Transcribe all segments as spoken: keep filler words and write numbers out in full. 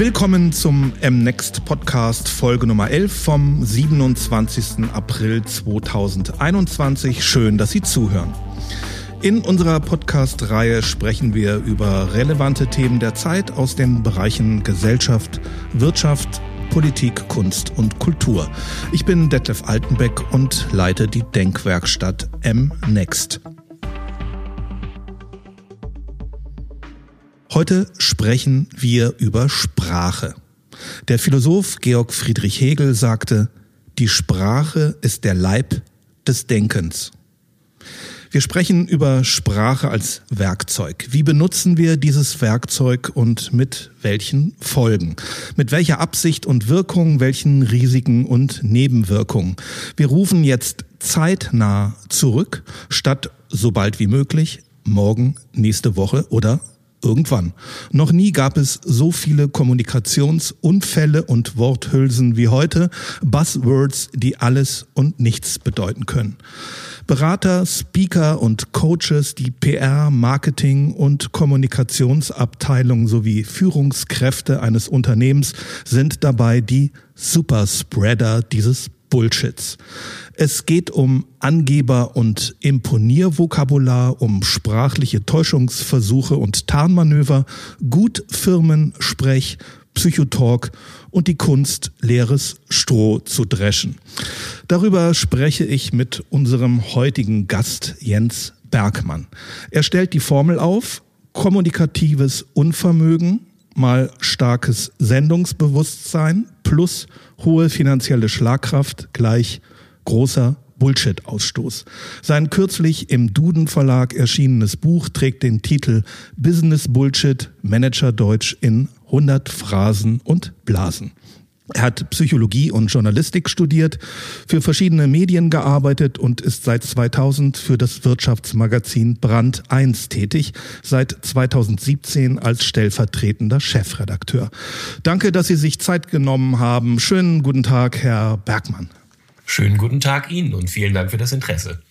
Willkommen zum M-Next Podcast Folge Nummer elf vom siebenundzwanzigsten April zweitausendeinundzwanzig. Schön, dass Sie zuhören. In unserer Podcast-Reihe sprechen wir über relevante Themen der Zeit aus den Bereichen Gesellschaft, Wirtschaft, Politik, Kunst und Kultur. Ich bin Detlef Altenbeck und leite die Denkwerkstatt M-Next. Heute sprechen wir über Sprache. Der Philosoph Georg Friedrich Hegel sagte, die Sprache ist der Leib des Denkens. Wir sprechen über Sprache als Werkzeug. Wie benutzen wir dieses Werkzeug und mit welchen Folgen? Mit welcher Absicht und Wirkung, welchen Risiken und Nebenwirkungen? Wir rufen jetzt zeitnah zurück, statt so bald wie möglich, morgen, nächste Woche oder irgendwann. Noch nie gab es so viele Kommunikationsunfälle und Worthülsen wie heute. Buzzwords, die alles und nichts bedeuten können. Berater, Speaker und Coaches, die P R, Marketing und Kommunikationsabteilungen sowie Führungskräfte eines Unternehmens sind dabei die Superspreader dieses Bullshits. Es geht um Angeber- und Imponiervokabular, um sprachliche Täuschungsversuche und Tarnmanöver, Gutfirmensprech, Psychotalk und die Kunst, leeres Stroh zu dreschen. Darüber spreche ich mit unserem heutigen Gast Jens Bergmann. Er stellt die Formel auf: kommunikatives Unvermögen mal starkes Sendungsbewusstsein plus hohe finanzielle Schlagkraft gleich großer Bullshit-Ausstoß. Sein kürzlich im Duden Verlag erschienenes Buch trägt den Titel Business Bullshit, Managerdeutsch in hundert Phrasen und Blasen. Er hat Psychologie und Journalistik studiert, für verschiedene Medien gearbeitet und ist seit zweitausend für das Wirtschaftsmagazin Brand eins tätig, seit zweitausendsiebzehn als stellvertretender Chefredakteur. Danke, dass Sie sich Zeit genommen haben. Schönen guten Tag, Herr Bergmann. Schönen guten Tag Ihnen und vielen Dank für das Interesse.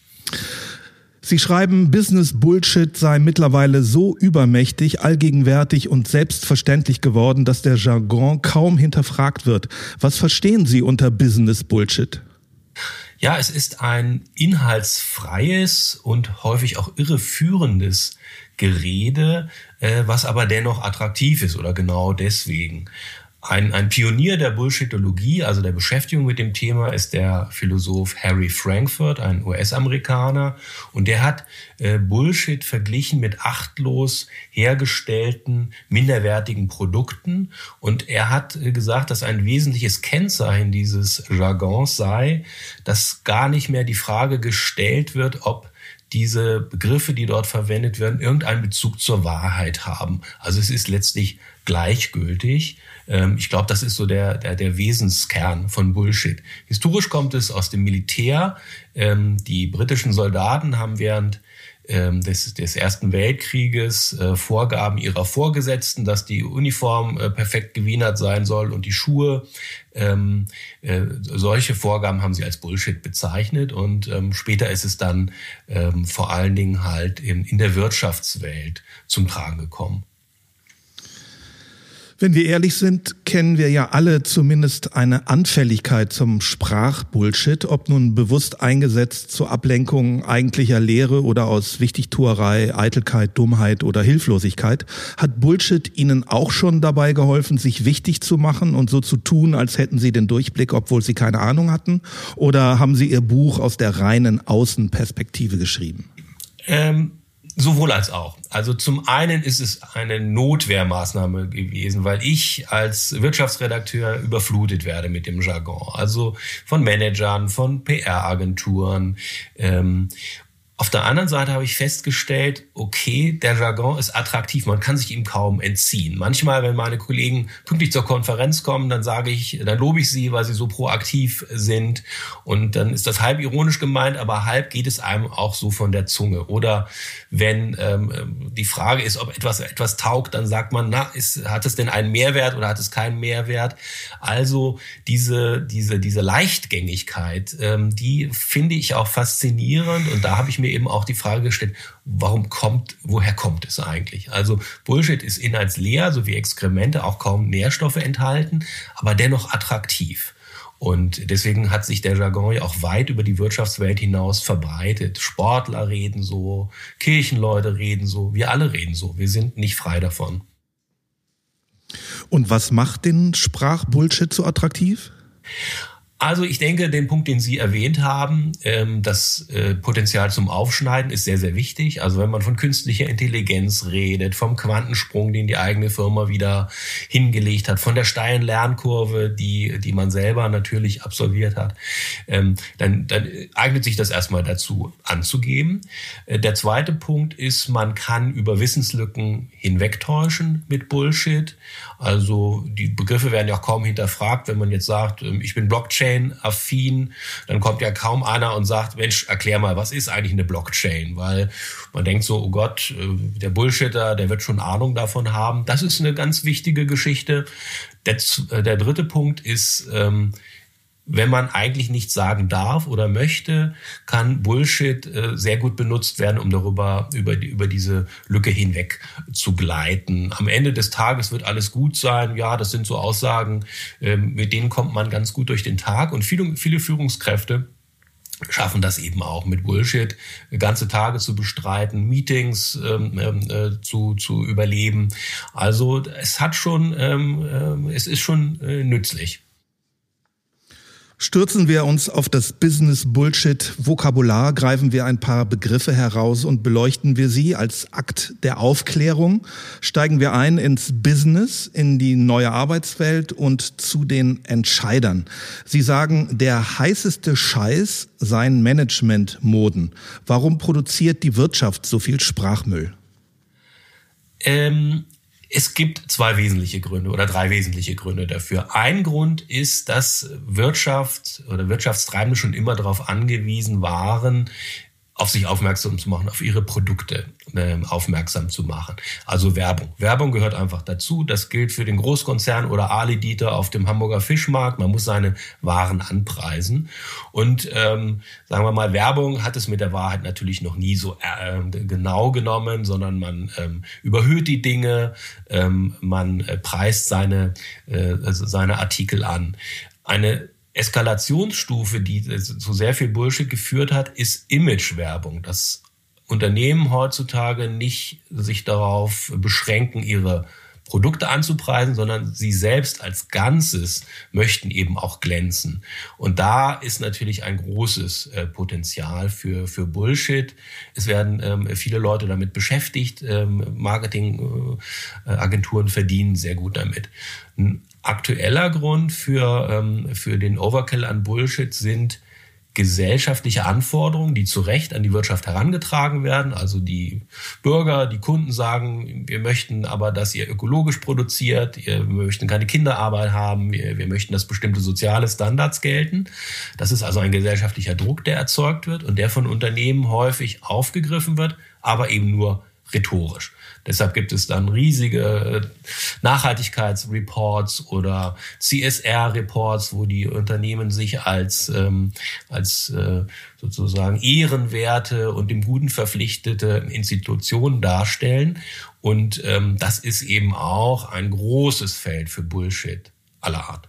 Sie schreiben, Business Bullshit sei mittlerweile so übermächtig, allgegenwärtig und selbstverständlich geworden, dass der Jargon kaum hinterfragt wird. Was verstehen Sie unter Business Bullshit? Ja, es ist ein inhaltsfreies und häufig auch irreführendes Gerede, äh, was aber dennoch attraktiv ist oder genau deswegen. Ein, ein Pionier der Bullshitologie, also der Beschäftigung mit dem Thema, ist der Philosoph Harry Frankfurt, ein U S-Amerikaner. Und der hat äh, Bullshit verglichen mit achtlos hergestellten, minderwertigen Produkten. Und er hat äh, gesagt, dass ein wesentliches Kennzeichen dieses Jargons sei, dass gar nicht mehr die Frage gestellt wird, ob diese Begriffe, die dort verwendet werden, irgendeinen Bezug zur Wahrheit haben. Also es ist letztlich gleichgültig. Ich glaube, das ist so der, der, der Wesenskern von Bullshit. Historisch kommt es aus dem Militär. Die britischen Soldaten haben während des, des Ersten Weltkrieges Vorgaben ihrer Vorgesetzten, dass die Uniform perfekt gewienert sein soll und die Schuhe. Ähm, äh, solche Vorgaben haben sie als Bullshit bezeichnet und ähm, später ist es dann ähm, vor allen Dingen halt in, in der Wirtschaftswelt zum Tragen gekommen. Wenn wir ehrlich sind, kennen wir ja alle zumindest eine Anfälligkeit zum Sprachbullshit, ob nun bewusst eingesetzt zur Ablenkung eigentlicher Lehre oder aus Wichtigtuerei, Eitelkeit, Dummheit oder Hilflosigkeit. Hat Bullshit Ihnen auch schon dabei geholfen, sich wichtig zu machen und so zu tun, als hätten Sie den Durchblick, obwohl Sie keine Ahnung hatten? Oder haben Sie Ihr Buch aus der reinen Außenperspektive geschrieben? Ähm Sowohl als auch. Also zum einen ist es eine Notwehrmaßnahme gewesen, weil ich als Wirtschaftsredakteur überflutet werde mit dem Jargon. Also von Managern, von P R-Agenturen. Ähm, Auf der anderen Seite habe ich festgestellt, okay, der Jargon ist attraktiv, man kann sich ihm kaum entziehen. Manchmal, wenn meine Kollegen pünktlich zur Konferenz kommen, dann sage ich, dann lobe ich sie, weil sie so proaktiv sind. Und dann ist das halb ironisch gemeint, aber halb geht es einem auch so von der Zunge. Oder wenn ähm, die Frage ist, ob etwas etwas taugt, dann sagt man, na, ist, hat es denn einen Mehrwert oder hat es keinen Mehrwert? Also diese diese diese Leichtgängigkeit, ähm, die finde ich auch faszinierend. Und da habe ich mir mir eben auch die Frage gestellt, warum kommt, woher kommt es eigentlich? Also Bullshit ist inhaltsleer, so wie Exkremente, auch kaum Nährstoffe enthalten, aber dennoch attraktiv. Und deswegen hat sich der Jargon ja auch weit über die Wirtschaftswelt hinaus verbreitet. Sportler reden so, Kirchenleute reden so, wir alle reden so. Wir sind nicht frei davon. Und was macht den Sprachbullshit so attraktiv? Also ich denke, den Punkt, den Sie erwähnt haben, ähm, das äh, Potenzial zum Aufschneiden ist sehr, sehr wichtig. Also wenn man von künstlicher Intelligenz redet, vom Quantensprung, den die eigene Firma wieder hingelegt hat, von der steilen Lernkurve, die die man selber natürlich absolviert hat, ähm, dann, dann eignet sich das erstmal dazu anzugeben. Äh, der zweite Punkt ist, man kann über Wissenslücken hinwegtäuschen mit Bullshit. Also die Begriffe werden ja auch kaum hinterfragt. Wenn man jetzt sagt, ich bin Blockchain-affin, dann kommt ja kaum einer und sagt, Mensch, erklär mal, was ist eigentlich eine Blockchain? Weil man denkt so, oh Gott, der Bullshitter, der wird schon Ahnung davon haben. Das ist eine ganz wichtige Geschichte. Der, der dritte Punkt ist, ähm, wenn man eigentlich nichts sagen darf oder möchte, kann Bullshit äh, sehr gut benutzt werden, um darüber über, die, über diese Lücke hinweg zu gleiten. Am Ende des Tages wird alles gut sein. Ja, das sind so Aussagen, äh, mit denen kommt man ganz gut durch den Tag. Und viele, viele Führungskräfte schaffen das eben auch mit Bullshit, ganze Tage zu bestreiten, Meetings ähm, äh, zu, zu überleben. Also es hat schon, ähm, äh, es ist schon äh, nützlich. Stürzen wir uns auf das Business-Bullshit-Vokabular, greifen wir ein paar Begriffe heraus und beleuchten wir sie als Akt der Aufklärung. Steigen wir ein ins Business, in die neue Arbeitswelt und zu den Entscheidern. Sie sagen, der heißeste Scheiß seien Management-Moden. Warum produziert die Wirtschaft so viel Sprachmüll? Ähm Es gibt zwei wesentliche Gründe oder drei wesentliche Gründe dafür. Ein Grund ist, dass Wirtschaft oder Wirtschaftstreibende schon immer darauf angewiesen waren, auf sich aufmerksam zu machen, auf ihre Produkte äh, aufmerksam zu machen. Also Werbung. Werbung gehört einfach dazu. Das gilt für den Großkonzern oder Ali-Dieter auf dem Hamburger Fischmarkt. Man muss seine Waren anpreisen. Und ähm, sagen wir mal, Werbung hat es mit der Wahrheit natürlich noch nie so äh, genau genommen, sondern man ähm, überhöht die Dinge, ähm, man äh, preist seine, äh, also seine Artikel an. Eine Eskalationsstufe, die zu sehr viel Bullshit geführt hat, ist Imagewerbung. Dass Unternehmen heutzutage nicht sich darauf beschränken, ihre Produkte anzupreisen, sondern sie selbst als Ganzes möchten eben auch glänzen. Und da ist natürlich ein großes äh, Potenzial für für Bullshit. Es werden ähm, viele Leute damit beschäftigt. Ähm, Marketingagenturen äh, verdienen sehr gut damit. Ein aktueller Grund für ähm, für den Overkill an Bullshit sind gesellschaftliche Anforderungen, die zu Recht an die Wirtschaft herangetragen werden. Also die Bürger, die Kunden sagen, wir möchten aber, dass ihr ökologisch produziert, wir möchten keine Kinderarbeit haben, wir, wir möchten, dass bestimmte soziale Standards gelten. Das ist also ein gesellschaftlicher Druck, der erzeugt wird und der von Unternehmen häufig aufgegriffen wird, aber eben nur rhetorisch. Deshalb gibt es dann riesige Nachhaltigkeitsreports oder C S R-Reports, wo die Unternehmen sich als ähm, als äh, sozusagen ehrenwerte und dem Guten verpflichtete Institutionen darstellen. Und ähm, das ist eben auch ein großes Feld für Bullshit aller Art.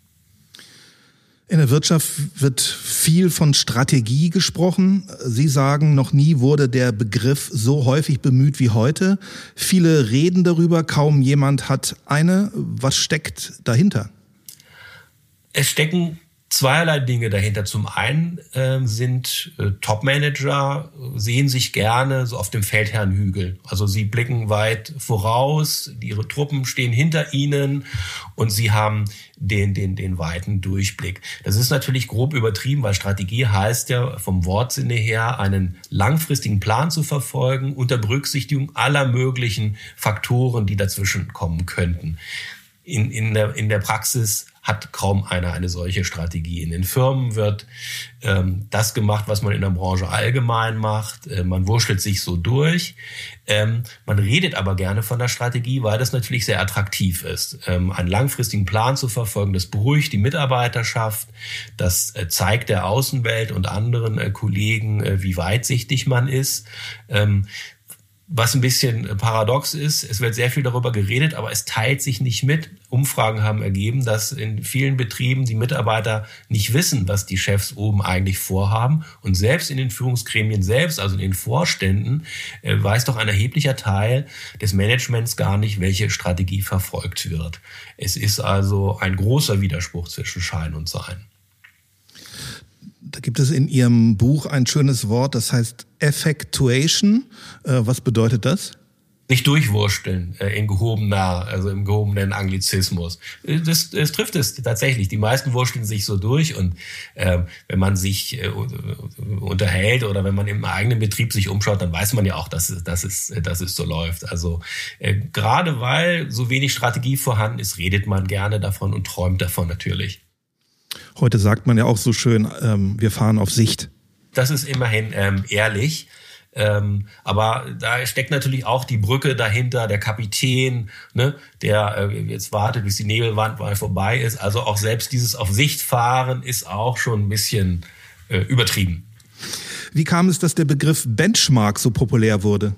In der Wirtschaft wird viel von Strategie gesprochen. Sie sagen, noch nie wurde der Begriff so häufig bemüht wie heute. Viele reden darüber, kaum jemand hat eine. Was steckt dahinter? Es stecken zweierlei Dinge dahinter. Zum einen äh, sind äh, Top-Manager, sehen sich gerne so auf dem Feldherrnhügel. Also sie blicken weit voraus, ihre Truppen stehen hinter ihnen und sie haben den, den, den weiten Durchblick. Das ist natürlich grob übertrieben, weil Strategie heißt ja vom Wortsinne her, einen langfristigen Plan zu verfolgen unter Berücksichtigung aller möglichen Faktoren, die dazwischen kommen könnten. In, in, der, in der Praxis hat kaum einer eine solche Strategie. In den Firmen wird ähm, das gemacht, was man in der Branche allgemein macht. Äh, man wurschtelt sich so durch. Ähm, man redet aber gerne von der Strategie, weil das natürlich sehr attraktiv ist. Ähm, einen langfristigen Plan zu verfolgen, das beruhigt die Mitarbeiterschaft, das äh, zeigt der Außenwelt und anderen äh, Kollegen, äh, wie weitsichtig man ist. Ähm, Was ein bisschen paradox ist, es wird sehr viel darüber geredet, aber es teilt sich nicht mit. Umfragen haben ergeben, dass in vielen Betrieben die Mitarbeiter nicht wissen, was die Chefs oben eigentlich vorhaben. Und selbst in den Führungsgremien selbst, also in den Vorständen, weiß doch ein erheblicher Teil des Managements gar nicht, welche Strategie verfolgt wird. Es ist also ein großer Widerspruch zwischen Schein und Sein. Da gibt es in Ihrem Buch ein schönes Wort, das heißt Effectuation. Was bedeutet das? Nicht durchwursteln äh, in gehobener, also im gehobenen Anglizismus. Das, das trifft es tatsächlich. Die meisten wursteln sich so durch und äh, wenn man sich äh, unterhält oder wenn man im eigenen Betrieb sich umschaut, dann weiß man ja auch, dass es, dass es, dass es so läuft. Also äh, gerade weil so wenig Strategie vorhanden ist, redet man gerne davon und träumt davon natürlich. Heute sagt man ja auch so schön, ähm, wir fahren auf Sicht. Das ist immerhin ähm, ehrlich. Ähm, aber da steckt natürlich auch die Brücke dahinter, der Kapitän, ne, der äh, jetzt wartet, bis die Nebelwand mal vorbei ist. Also auch selbst dieses auf Sicht fahren ist auch schon ein bisschen äh, übertrieben. Wie kam es, dass der Begriff Benchmark so populär wurde?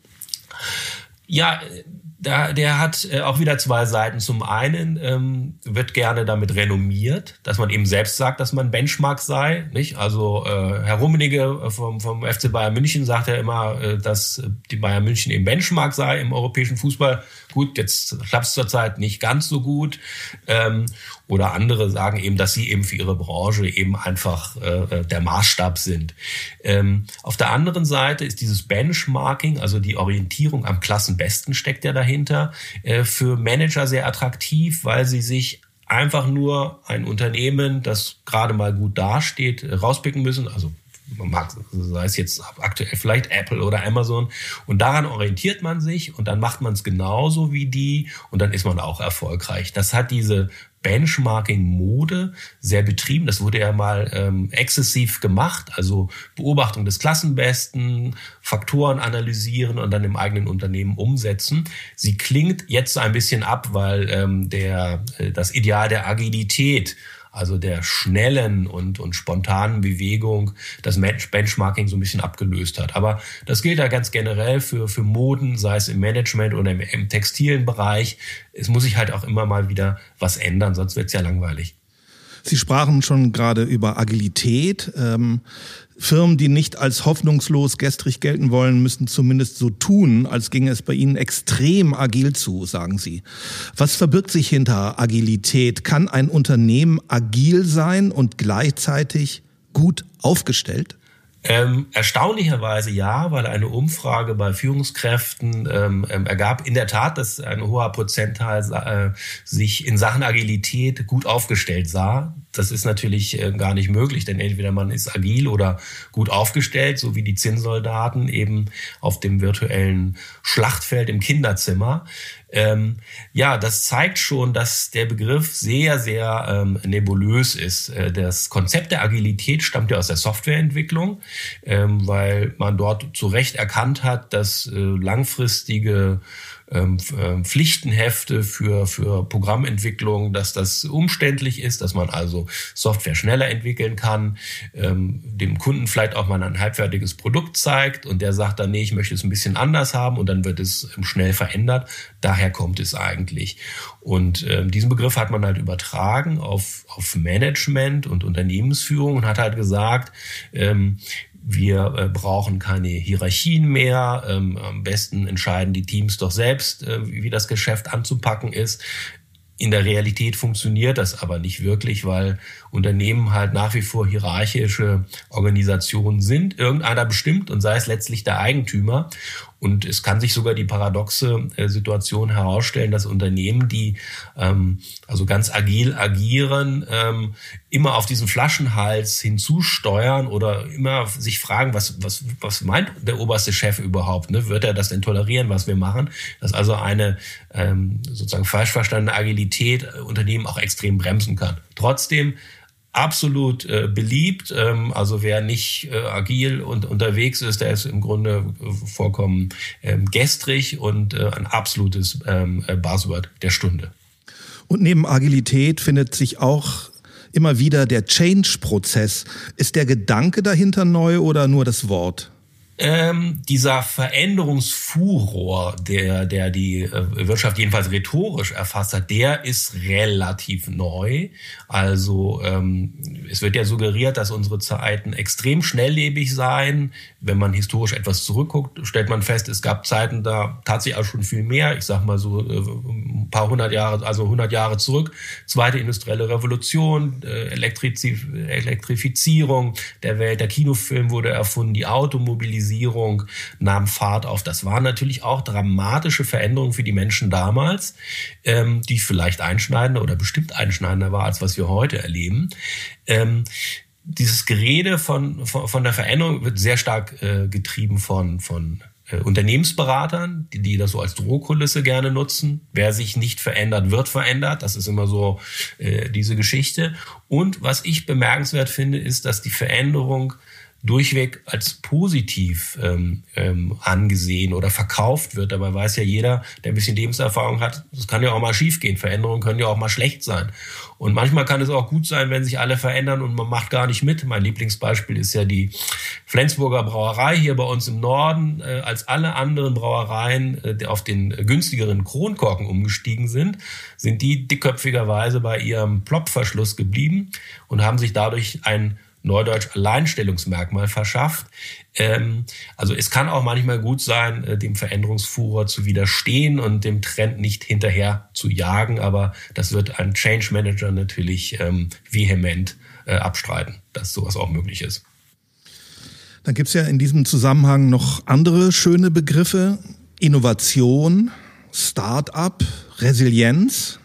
Ja, Da, der hat äh, auch wieder zwei Seiten. Zum einen ähm, wird gerne damit renommiert, dass man eben selbst sagt, dass man Benchmark sei. Nicht? Also äh, Herr Rummenigge vom, vom F C Bayern München sagt ja immer, äh, dass die Bayern München eben Benchmark sei im europäischen Fußball. Gut, jetzt klappt es zurzeit nicht ganz so gut. Ähm, oder andere sagen eben, dass sie eben für ihre Branche eben einfach äh, der Maßstab sind. Ähm, auf der anderen Seite ist dieses Benchmarking, also die Orientierung am Klassenbesten steckt ja dahinter, äh, für Manager sehr attraktiv, weil sie sich einfach nur ein Unternehmen, das gerade mal gut dasteht, rauspicken müssen. Also man mag, sei es jetzt aktuell vielleicht Apple oder Amazon, und daran orientiert man sich und dann macht man es genauso wie die und dann ist man auch erfolgreich. Das hat diese Benchmarking-Mode sehr betrieben. Das wurde ja mal ähm, exzessiv gemacht, also Beobachtung des Klassenbesten, Faktoren analysieren und dann im eigenen Unternehmen umsetzen. Sie klingt jetzt ein bisschen ab, weil ähm, der äh, das Ideal der Agilität, also der schnellen und, und spontanen Bewegung, das Benchmarking so ein bisschen abgelöst hat. Aber das gilt ja ganz generell für, für Moden, sei es im Management oder im, im textilen Bereich. Es muss sich halt auch immer mal wieder was ändern, sonst wird es ja langweilig. Sie sprachen schon gerade über Agilität. Ähm, Firmen, die nicht als hoffnungslos gestrig gelten wollen, müssen zumindest so tun, als ginge es bei ihnen extrem agil zu, sagen Sie. Was verbirgt sich hinter Agilität? Kann ein Unternehmen agil sein und gleichzeitig gut aufgestellt? Ähm, erstaunlicherweise ja, weil eine Umfrage bei Führungskräften ähm, ähm, ergab in der Tat, dass ein hoher Prozentteil äh, sich in Sachen Agilität gut aufgestellt sah. Das ist natürlich äh, gar nicht möglich, denn entweder man ist agil oder gut aufgestellt, so wie die Zinnsoldaten eben auf dem virtuellen Schlachtfeld im Kinderzimmer. Ähm, ja, das zeigt schon, dass der Begriff sehr, sehr ähm, nebulös ist. Äh, das Konzept der Agilität stammt ja aus der Softwareentwicklung, ähm, weil man dort zu Recht erkannt hat, dass äh, langfristige ähm, Pflichtenhefte für, für Programmentwicklung, dass das umständlich ist, dass man also Software schneller entwickeln kann, ähm, dem Kunden vielleicht auch mal ein halbfertiges Produkt zeigt und der sagt dann, nee, ich möchte es ein bisschen anders haben und dann wird es schnell verändert. Daher kommt es eigentlich. Und ähm, diesen Begriff hat man halt übertragen auf, auf Management und Unternehmensführung und hat halt gesagt, ähm, wir äh, brauchen keine Hierarchien mehr. Ähm, am besten entscheiden die Teams doch selbst, äh, wie das Geschäft anzupacken ist. In der Realität funktioniert das aber nicht wirklich, weil Unternehmen halt nach wie vor hierarchische Organisationen sind. Irgendeiner bestimmt und sei es letztlich der Eigentümer. Und es kann sich sogar die paradoxe äh, Situation herausstellen, dass Unternehmen, die ähm, also ganz agil agieren, ähm, immer auf diesen Flaschenhals hinzusteuern oder immer sich fragen, was was was meint der oberste Chef überhaupt? Ne? Wird er das denn tolerieren, was wir machen? Dass also eine ähm, sozusagen falsch verstandene Agilität äh, Unternehmen auch extrem bremsen kann. Trotzdem absolut äh, beliebt. Ähm, also wer nicht äh, agil und unterwegs ist, der ist im Grunde äh, vollkommen ähm, gestrig und äh, ein absolutes ähm, Buzzword der Stunde. Und neben Agilität findet sich auch immer wieder der Change-Prozess. Ist der Gedanke dahinter neu oder nur das Wort? Ähm, dieser Veränderungsfuror, der, der die äh, Wirtschaft jedenfalls rhetorisch erfasst hat, der ist relativ neu. Also ähm, es wird ja suggeriert, dass unsere Zeiten extrem schnelllebig seien. Wenn man historisch etwas zurückguckt, stellt man fest, es gab Zeiten, da tat sich auch schon viel mehr. Ich sag mal so äh, ein paar hundert Jahre, also hundert Jahre zurück. Zweite industrielle Revolution, äh, Elektriz- Elektrifizierung der Welt, der Kinofilm wurde erfunden, die Automobilisierung nahm Fahrt auf. Das waren natürlich auch dramatische Veränderungen für die Menschen damals, ähm, die vielleicht einschneidender oder bestimmt einschneidender war, als was wir heute erleben. Ähm, dieses Gerede von, von, von der Veränderung wird sehr stark äh, getrieben von, von äh, Unternehmensberatern, die, die das so als Drohkulisse gerne nutzen. Wer sich nicht verändert, wird verändert. Das ist immer so äh, diese Geschichte. Und was ich bemerkenswert finde, ist, dass die Veränderung durchweg als positiv ähm, ähm, angesehen oder verkauft wird. Dabei weiß ja jeder, der ein bisschen Lebenserfahrung hat, das kann ja auch mal schief gehen. Veränderungen können ja auch mal schlecht sein. Und manchmal kann es auch gut sein, wenn sich alle verändern und man macht gar nicht mit. Mein Lieblingsbeispiel ist ja die Flensburger Brauerei hier bei uns im Norden. Äh, als alle anderen Brauereien äh, auf den günstigeren Kronkorken umgestiegen sind, sind die dickköpfigerweise bei ihrem Plopverschluss geblieben und haben sich dadurch ein Neudeutsch Alleinstellungsmerkmal verschafft. Ähm, also es kann auch manchmal gut sein, äh, dem Veränderungsfuror zu widerstehen und dem Trend nicht hinterher zu jagen, aber das wird ein Change Manager natürlich ähm, vehement äh, abstreiten, dass sowas auch möglich ist. Dann gibt es ja in diesem Zusammenhang noch andere schöne Begriffe. Innovation, Start-up, Resilienz.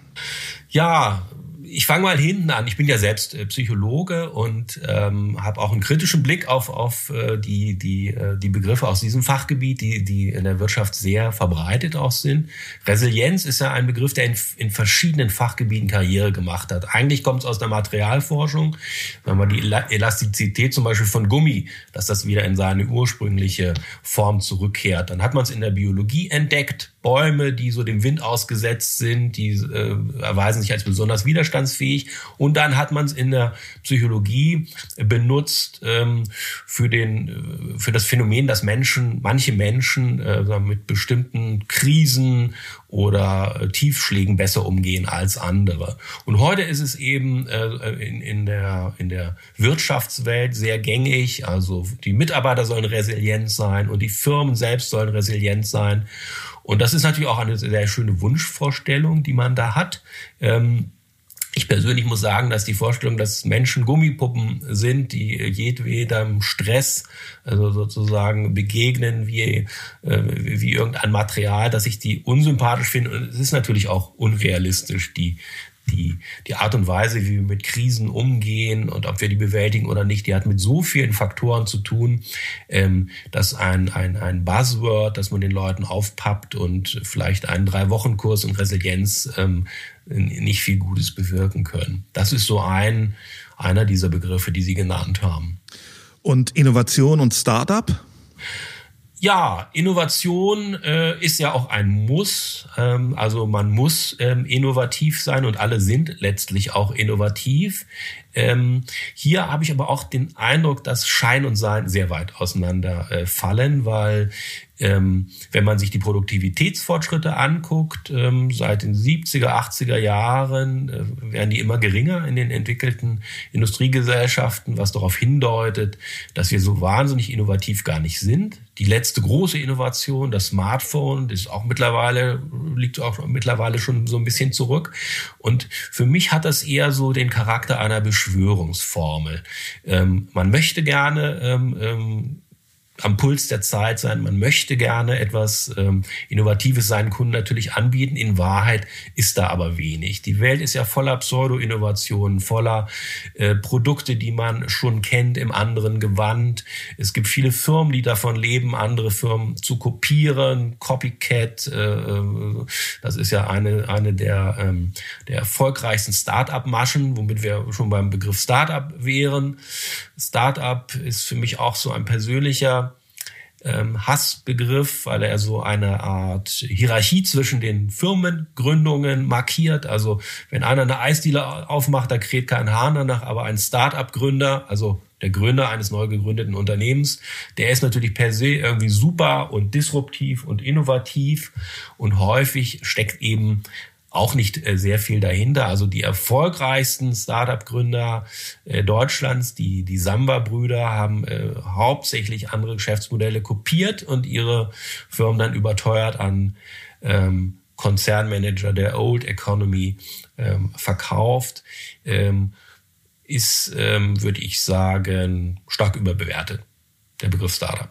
Ja, ich fange mal hinten an. Ich bin ja selbst äh, Psychologe und ähm, habe auch einen kritischen Blick auf auf äh, die die äh, die Begriffe aus diesem Fachgebiet, die die in der Wirtschaft sehr verbreitet auch sind. Resilienz ist ja ein Begriff, der in, in verschiedenen Fachgebieten Karriere gemacht hat. Eigentlich kommt es aus der Materialforschung, wenn man die Elastizität zum Beispiel von Gummi, dass das wieder in seine ursprüngliche Form zurückkehrt. Dann hat man es in der Biologie entdeckt. Bäume, die so dem Wind ausgesetzt sind, die äh, erweisen sich als besonders widerstandsfähig. Und dann hat man es in der Psychologie benutzt ähm, für den für das Phänomen, dass Menschen, manche Menschen äh, mit bestimmten Krisen oder äh, Tiefschlägen besser umgehen als andere. Und heute ist es eben äh, in, in der in der Wirtschaftswelt sehr gängig. Also die Mitarbeiter sollen resilient sein und die Firmen selbst sollen resilient sein. Und das ist natürlich auch eine sehr schöne Wunschvorstellung, die man da hat. Ich persönlich muss sagen, dass die Vorstellung, dass Menschen Gummipuppen sind, die jedwedem Stress also sozusagen begegnen wie, wie irgendein Material, dass ich die unsympathisch finde. Und es ist natürlich auch unrealistisch, die Die, die Art und Weise, wie wir mit Krisen umgehen und ob wir die bewältigen oder nicht, die hat mit so vielen Faktoren zu tun, ähm, dass ein, ein, ein Buzzword, dass man den Leuten aufpappt und vielleicht einen Drei-Wochen-Kurs in Resilienz ähm, nicht viel Gutes bewirken können. Das ist so ein, einer dieser Begriffe, die Sie genannt haben. Und Innovation und Startup? Ja, Innovation äh, ist ja auch ein Muss. Ähm, also man muss ähm, innovativ sein und alle sind letztlich auch innovativ. Ähm, hier habe ich aber auch den Eindruck, dass Schein und Sein sehr weit auseinander äh, fallen, weil ähm, wenn man sich die Produktivitätsfortschritte anguckt, ähm, seit den siebziger, achtziger Jahren äh, werden die immer geringer in den entwickelten Industriegesellschaften, was darauf hindeutet, dass wir so wahnsinnig innovativ gar nicht sind. Die letzte große Innovation, das Smartphone, das ist auch mittlerweile, liegt auch mittlerweile schon so ein bisschen zurück. Und für mich hat das eher so den Charakter einer Beschleunigung Verschwörungsformel. Ähm, man möchte gerne ähm, ähm, am Puls der Zeit sein. Man möchte gerne etwas ähm, Innovatives seinen Kunden natürlich anbieten. In Wahrheit ist da aber wenig. Die Welt ist ja voller Pseudo-Innovationen, voller äh, Produkte, die man schon kennt, im anderen Gewand. Es gibt viele Firmen, die davon leben, andere Firmen zu kopieren. Copycat, äh, das ist ja eine, eine der, ähm, der erfolgreichsten Start-up-Maschen, womit wir schon beim Begriff Start-up wären. Start-up ist für mich auch so ein persönlicher ähm, Hassbegriff, weil er so eine Art Hierarchie zwischen den Firmengründungen markiert. Also wenn einer eine Eisdiele aufmacht, da kräht kein Hahn danach, aber ein Start-up-Gründer, also der Gründer eines neu gegründeten Unternehmens, der ist natürlich per se irgendwie super und disruptiv und innovativ und häufig steckt eben auch nicht äh, sehr viel dahinter. Also die erfolgreichsten Startup-Gründer äh, Deutschlands, die die Samba-Brüder, haben äh, hauptsächlich andere Geschäftsmodelle kopiert und ihre Firmen dann überteuert an ähm, Konzernmanager der Old Economy ähm, verkauft. Ähm, ist, ähm, würde ich sagen, stark überbewertet, der Begriff Startup.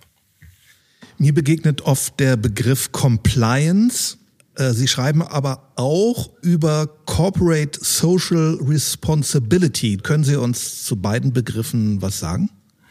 Mir begegnet oft der Begriff Compliance. Sie schreiben aber auch über Corporate Social Responsibility. Können Sie uns zu beiden Begriffen was sagen?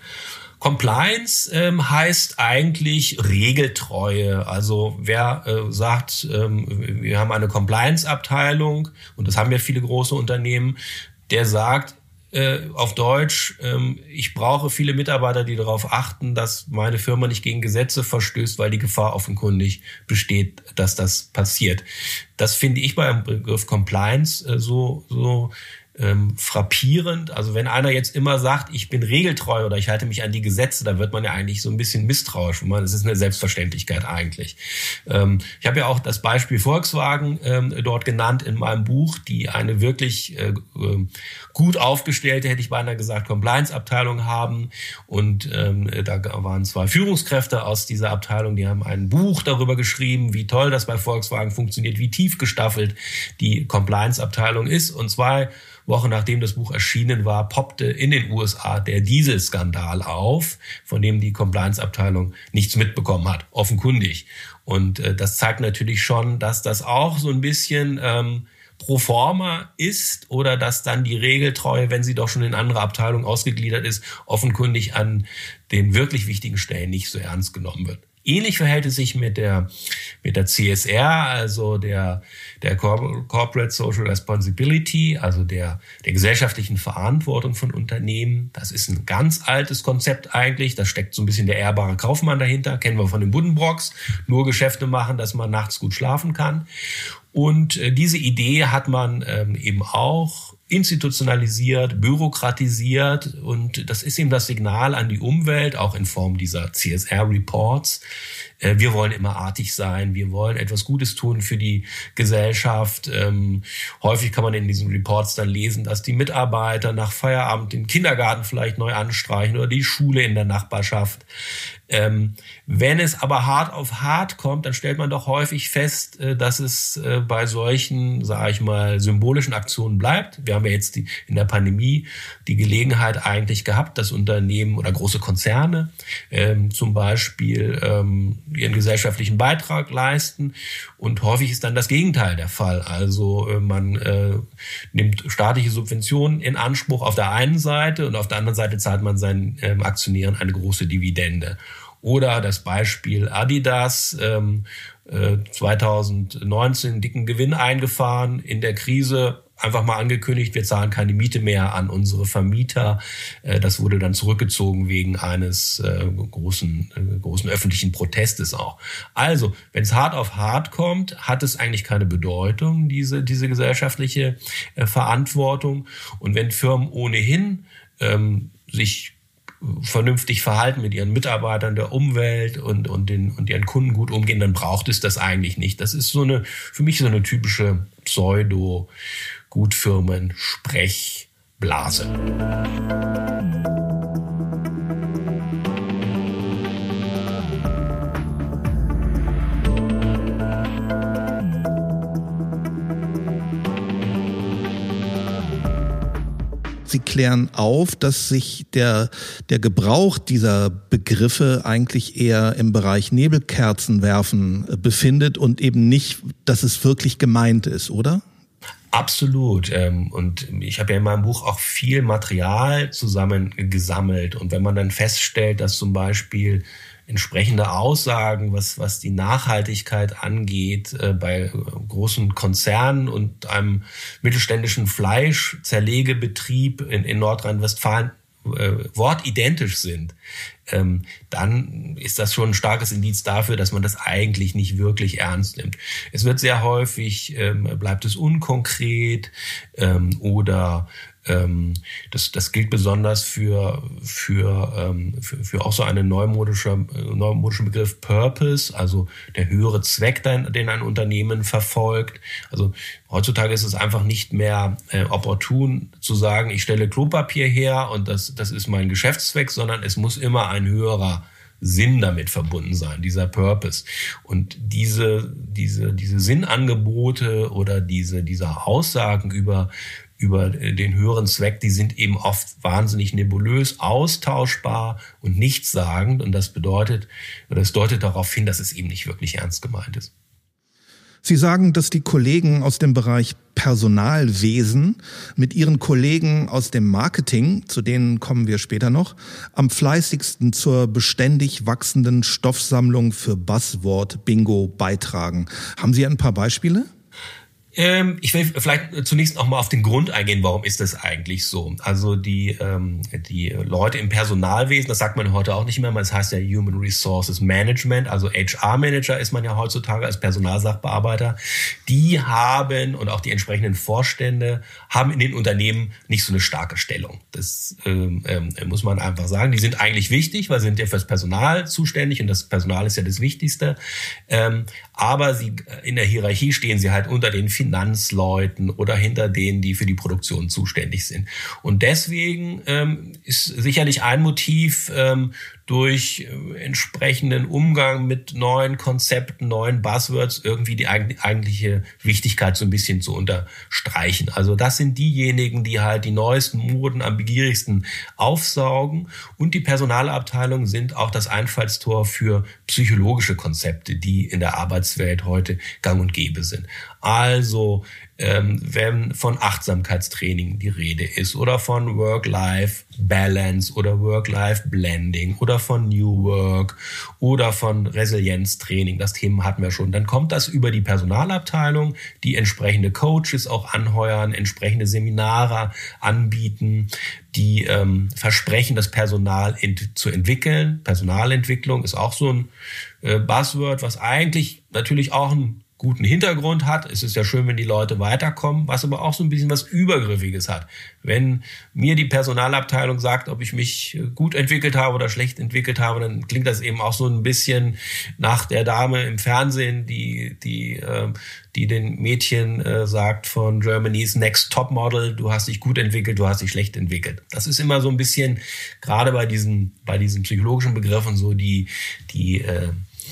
Compliance ähm, heißt eigentlich Regeltreue. Also wer äh, sagt, ähm, wir haben eine Compliance-Abteilung, und das haben ja viele große Unternehmen, der sagt, Äh, auf Deutsch, ähm, ich brauche viele Mitarbeiter, die darauf achten, dass meine Firma nicht gegen Gesetze verstößt, weil die Gefahr offenkundig besteht, dass das passiert. Das finde ich beim Begriff Compliance äh, so so ähm, frappierend. Also wenn einer jetzt immer sagt, ich bin regeltreu oder ich halte mich an die Gesetze, da wird man ja eigentlich so ein bisschen misstrauisch. Das ist eine Selbstverständlichkeit eigentlich. Ähm, ich habe ja auch das Beispiel Volkswagen ähm, dort genannt in meinem Buch, die eine wirklich äh, gut aufgestellte, hätte ich beinahe gesagt, Compliance-Abteilung haben. Und ähm, da waren zwei Führungskräfte aus dieser Abteilung, die haben ein Buch darüber geschrieben, wie toll das bei Volkswagen funktioniert, wie tief gestaffelt die Compliance-Abteilung ist. Und zwei Wochen nachdem das Buch erschienen war, poppte in den U S A der Dieselskandal auf, von dem die Compliance-Abteilung nichts mitbekommen hat, offenkundig. Und äh, das zeigt natürlich schon, dass das auch so ein bisschen ähm, pro forma ist oder dass dann die Regeltreue, wenn sie doch schon in andere Abteilungen ausgegliedert ist, offenkundig an den wirklich wichtigen Stellen nicht so ernst genommen wird. Ähnlich verhält es sich mit der, mit der C S R, also der, der Corporate Social Responsibility, also der, der gesellschaftlichen Verantwortung von Unternehmen. Das ist ein ganz altes Konzept eigentlich. Da steckt so ein bisschen der ehrbare Kaufmann dahinter. Kennen wir von den Buddenbrocks. Nur Geschäfte machen, dass man nachts gut schlafen kann. Und äh, diese Idee hat man ähm, eben auch institutionalisiert, bürokratisiert, und das ist eben das Signal an die Umwelt, auch in Form dieser C S R-Reports. Äh, wir wollen immer artig sein, wir wollen etwas Gutes tun für die Gesellschaft. Ähm, häufig kann man in diesen Reports dann lesen, dass die Mitarbeiter nach Feierabend den Kindergarten vielleicht neu anstreichen oder die Schule in der Nachbarschaft. Ähm, wenn es aber hart auf hart kommt, dann stellt man doch häufig fest, äh, dass es äh, bei solchen, sage ich mal, symbolischen Aktionen bleibt. Wir haben ja jetzt die, in der Pandemie die Gelegenheit eigentlich gehabt, dass Unternehmen oder große Konzerne ähm, zum Beispiel ähm, ihren gesellschaftlichen Beitrag leisten, und häufig ist dann das Gegenteil der Fall. Also äh, man äh, nimmt staatliche Subventionen in Anspruch auf der einen Seite und auf der anderen Seite zahlt man seinen ähm, Aktionären eine große Dividende. Oder das Beispiel Adidas, ähm, äh, zwanzig neunzehn dicken Gewinn eingefahren, in der Krise einfach mal angekündigt, wir zahlen keine Miete mehr an unsere Vermieter. Äh, das wurde dann zurückgezogen wegen eines äh, großen, äh, großen öffentlichen Protestes auch. Also, wenn es hart auf hart kommt, hat es eigentlich keine Bedeutung, diese, diese gesellschaftliche äh, Verantwortung. Und wenn Firmen ohnehin ähm, sich vernünftig verhalten mit ihren Mitarbeitern, der Umwelt und, und, den, und ihren Kunden gut umgehen, dann braucht es das eigentlich nicht. Das ist so eine, für mich so eine typische Pseudo-Gutfirmen-Sprechblase. Sie klären auf, dass sich der, der Gebrauch dieser Begriffe eigentlich eher im Bereich Nebelkerzenwerfen befindet und eben nicht, dass es wirklich gemeint ist, oder? Absolut. Und ich habe ja in meinem Buch auch viel Material zusammengesammelt. Und wenn man dann feststellt, dass zum Beispiel entsprechende Aussagen, was, was die Nachhaltigkeit angeht, äh, bei großen Konzernen und einem mittelständischen Fleischzerlegebetrieb in, in Nordrhein-Westfalen äh, wortidentisch sind, ähm, dann ist das schon ein starkes Indiz dafür, dass man das eigentlich nicht wirklich ernst nimmt. Es wird sehr häufig, ähm, bleibt es unkonkret ähm, oder Ähm, das, das gilt besonders für, für, ähm, für, für auch so einen neumodischen, neumodischen Begriff Purpose, also der höhere Zweck, den, den ein Unternehmen verfolgt. Also heutzutage ist es einfach nicht mehr äh, opportun zu sagen, ich stelle Klopapier her und das, das ist mein Geschäftszweck, sondern es muss immer ein höherer Sinn damit verbunden sein, dieser Purpose. Und diese, diese, diese Sinnangebote oder diese, diese Aussagen über über den höheren Zweck, die sind eben oft wahnsinnig nebulös, austauschbar und nichtssagend. Und das bedeutet, oder das deutet darauf hin, dass es eben nicht wirklich ernst gemeint ist. Sie sagen, dass die Kollegen aus dem Bereich Personalwesen mit ihren Kollegen aus dem Marketing, zu denen kommen wir später noch, am fleißigsten zur beständig wachsenden Stoffsammlung für Buzzword-Bingo beitragen. Haben Sie ein paar Beispiele? Ähm, ich will vielleicht zunächst auch mal auf den Grund eingehen, warum ist das eigentlich so? Also die ähm, die Leute im Personalwesen, das sagt man heute auch nicht mehr, das heißt ja Human Resources Management, also H R-Manager ist man ja heutzutage als Personalsachbearbeiter, die haben und auch die entsprechenden Vorstände haben in den Unternehmen nicht so eine starke Stellung. Das ähm, ähm, muss man einfach sagen. Die sind eigentlich wichtig, weil sie sind ja fürs Personal zuständig und das Personal ist ja das Wichtigste. Ähm, aber sie in der Hierarchie stehen sie halt unter den Finanzleuten oder hinter denen, die für die Produktion zuständig sind. Und deswegen ähm, ist sicherlich ein Motiv, ähm, durch äh, entsprechenden Umgang mit neuen Konzepten, neuen Buzzwords irgendwie die eig- eigentliche Wichtigkeit so ein bisschen zu unterstreichen. Also das sind diejenigen, die halt die neuesten Moden am begierigsten aufsaugen, und die Personalabteilungen sind auch das Einfallstor für psychologische Konzepte, die in der Arbeitswelt heute gang und gäbe sind. Also ähm, wenn von Achtsamkeitstraining die Rede ist oder von Work-Life-Balance oder Work-Life-Blending oder von New Work oder von Resilienztraining, das Thema hatten wir schon, dann kommt das über die Personalabteilung, die entsprechende Coaches auch anheuern, entsprechende Seminare anbieten, die ähm, versprechen, das Personal ent- zu entwickeln. Personalentwicklung ist auch so ein äh, Buzzword, was eigentlich natürlich auch ein guten Hintergrund hat. Es ist ja schön, wenn die Leute weiterkommen, was aber auch so ein bisschen was Übergriffiges hat. Wenn mir die Personalabteilung sagt, ob ich mich gut entwickelt habe oder schlecht entwickelt habe, dann klingt das eben auch so ein bisschen nach der Dame im Fernsehen, die die äh, die den Mädchen äh, sagt von Germany's Next Top Model, du hast dich gut entwickelt, du hast dich schlecht entwickelt. Das ist immer so ein bisschen, gerade bei diesen bei diesen psychologischen Begriffen, so die die äh,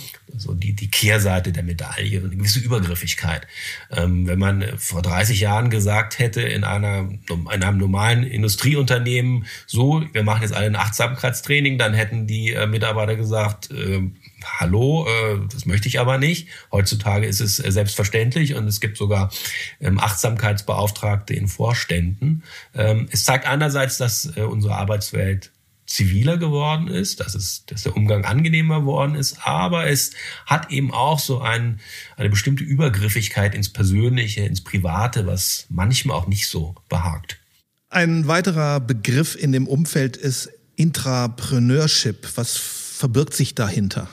so die, die Kehrseite der Medaille, eine gewisse Übergriffigkeit. Ähm, wenn man vor dreißig Jahren gesagt hätte, in einer, in einem normalen Industrieunternehmen, so, wir machen jetzt alle ein Achtsamkeitstraining, dann hätten die äh, Mitarbeiter gesagt, äh, hallo, äh, das möchte ich aber nicht. Heutzutage ist es äh, selbstverständlich und es gibt sogar ähm, Achtsamkeitsbeauftragte in Vorständen. Ähm, es zeigt einerseits, dass äh, unsere Arbeitswelt ziviler geworden ist, dass es, dass der Umgang angenehmer geworden ist, aber es hat eben auch so ein, eine bestimmte Übergriffigkeit ins Persönliche, ins Private, was manchmal auch nicht so behagt. Ein weiterer Begriff in dem Umfeld ist Intrapreneurship. Was verbirgt sich dahinter?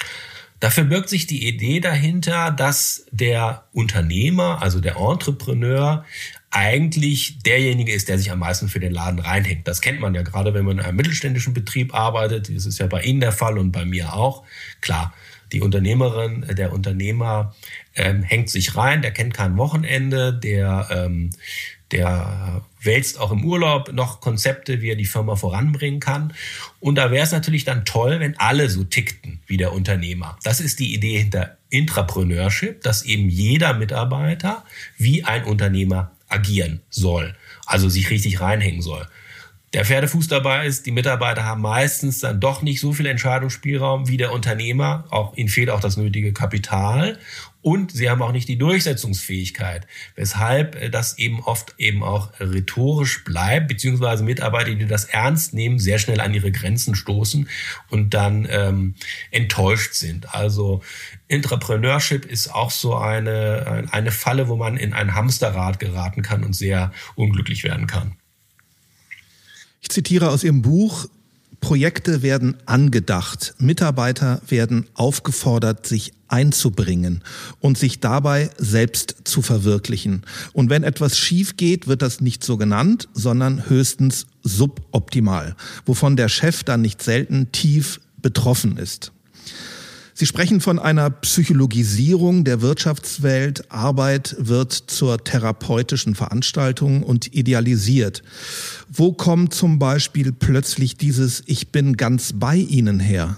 Da verbirgt sich die Idee dahinter, dass der Unternehmer, also der Entrepreneur, eigentlich derjenige ist, der sich am meisten für den Laden reinhängt. Das kennt man ja gerade, wenn man in einem mittelständischen Betrieb arbeitet. Das ist ja bei Ihnen der Fall und bei mir auch. Klar, die Unternehmerin, der Unternehmer ähm, hängt sich rein, der kennt kein Wochenende, der ähm, der wälzt auch im Urlaub noch Konzepte, wie er die Firma voranbringen kann. Und da wäre es natürlich dann toll, wenn alle so tickten wie der Unternehmer. Das ist die Idee hinter Intrapreneurship, dass eben jeder Mitarbeiter wie ein Unternehmer agieren soll. also sich richtig reinhängen soll. Der Pferdefuß dabei ist, die Mitarbeiter haben meistens dann doch nicht so viel Entscheidungsspielraum wie der Unternehmer. Auch ihnen fehlt auch das nötige Kapital und sie haben auch nicht die Durchsetzungsfähigkeit, weshalb das eben oft eben auch rhetorisch bleibt, beziehungsweise Mitarbeiter, die das ernst nehmen, sehr schnell an ihre Grenzen stoßen und dann ähm, enttäuscht sind. Also Entrepreneurship ist auch so eine, eine Falle, wo man in ein Hamsterrad geraten kann und sehr unglücklich werden kann. Ich zitiere aus Ihrem Buch: Projekte werden angedacht, Mitarbeiter werden aufgefordert, sich einzubringen und sich dabei selbst zu verwirklichen. Und wenn etwas schief geht, wird das nicht so genannt, sondern höchstens suboptimal, wovon der Chef dann nicht selten tief betroffen ist. Sie sprechen von einer Psychologisierung der Wirtschaftswelt. Arbeit wird zur therapeutischen Veranstaltung und idealisiert. Wo kommt zum Beispiel plötzlich dieses Ich bin ganz bei Ihnen her?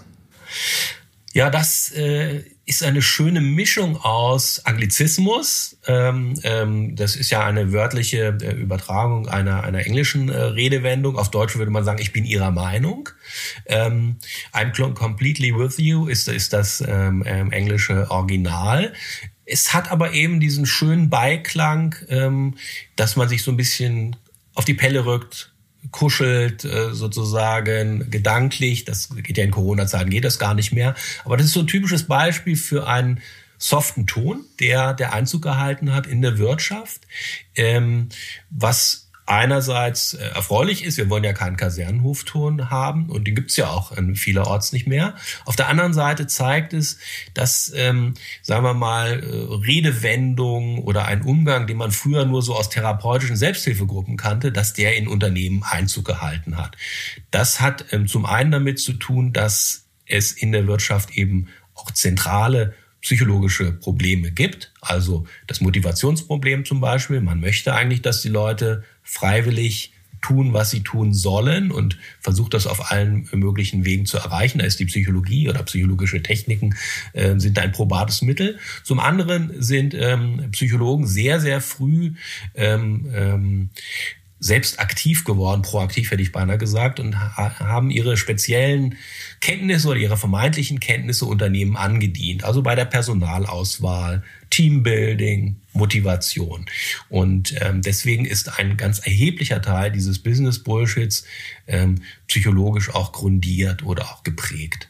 Ja, das äh, ist eine schöne Mischung aus Anglizismus. Ähm, ähm, das ist ja eine wörtliche äh, Übertragung einer, einer englischen äh, Redewendung. Auf Deutsch würde man sagen, ich bin Ihrer Meinung. Ähm, I'm completely with you ist, ist das ähm, ähm, englische Original. Es hat aber eben diesen schönen Beiklang, ähm, dass man sich so ein bisschen auf die Pelle rückt, kuschelt sozusagen gedanklich. Das geht ja in Corona-Zeiten, geht das gar nicht mehr. Aber das ist so ein typisches Beispiel für einen soften Ton, der der Einzug gehalten hat in der Wirtschaft, ähm, was einerseits erfreulich ist. Wir wollen ja keinen Kasernenhofton haben und den gibt's ja auch in vielerorts nicht mehr. Auf der anderen Seite zeigt es, dass, ähm, sagen wir mal, Redewendungen oder ein Umgang, den man früher nur so aus therapeutischen Selbsthilfegruppen kannte, dass der in Unternehmen Einzug gehalten hat. Das hat ähm, zum einen damit zu tun, dass es in der Wirtschaft eben auch zentrale psychologische Probleme gibt, also das Motivationsproblem zum Beispiel. Man möchte eigentlich, dass die Leute freiwillig tun, was sie tun sollen und versucht das auf allen möglichen Wegen zu erreichen. Da ist die Psychologie oder psychologische Techniken äh, sind ein probates Mittel. Zum anderen sind ähm, Psychologen sehr, sehr früh ähm, ähm, selbst aktiv geworden, proaktiv hätte ich beinahe gesagt, und ha- haben ihre speziellen Kenntnisse oder ihre vermeintlichen Kenntnisse Unternehmen angedient. Also bei der Personalauswahl, Teambuilding, Motivation. Und ähm, deswegen ist ein ganz erheblicher Teil dieses Business-Bullshits ähm, psychologisch auch grundiert oder auch geprägt.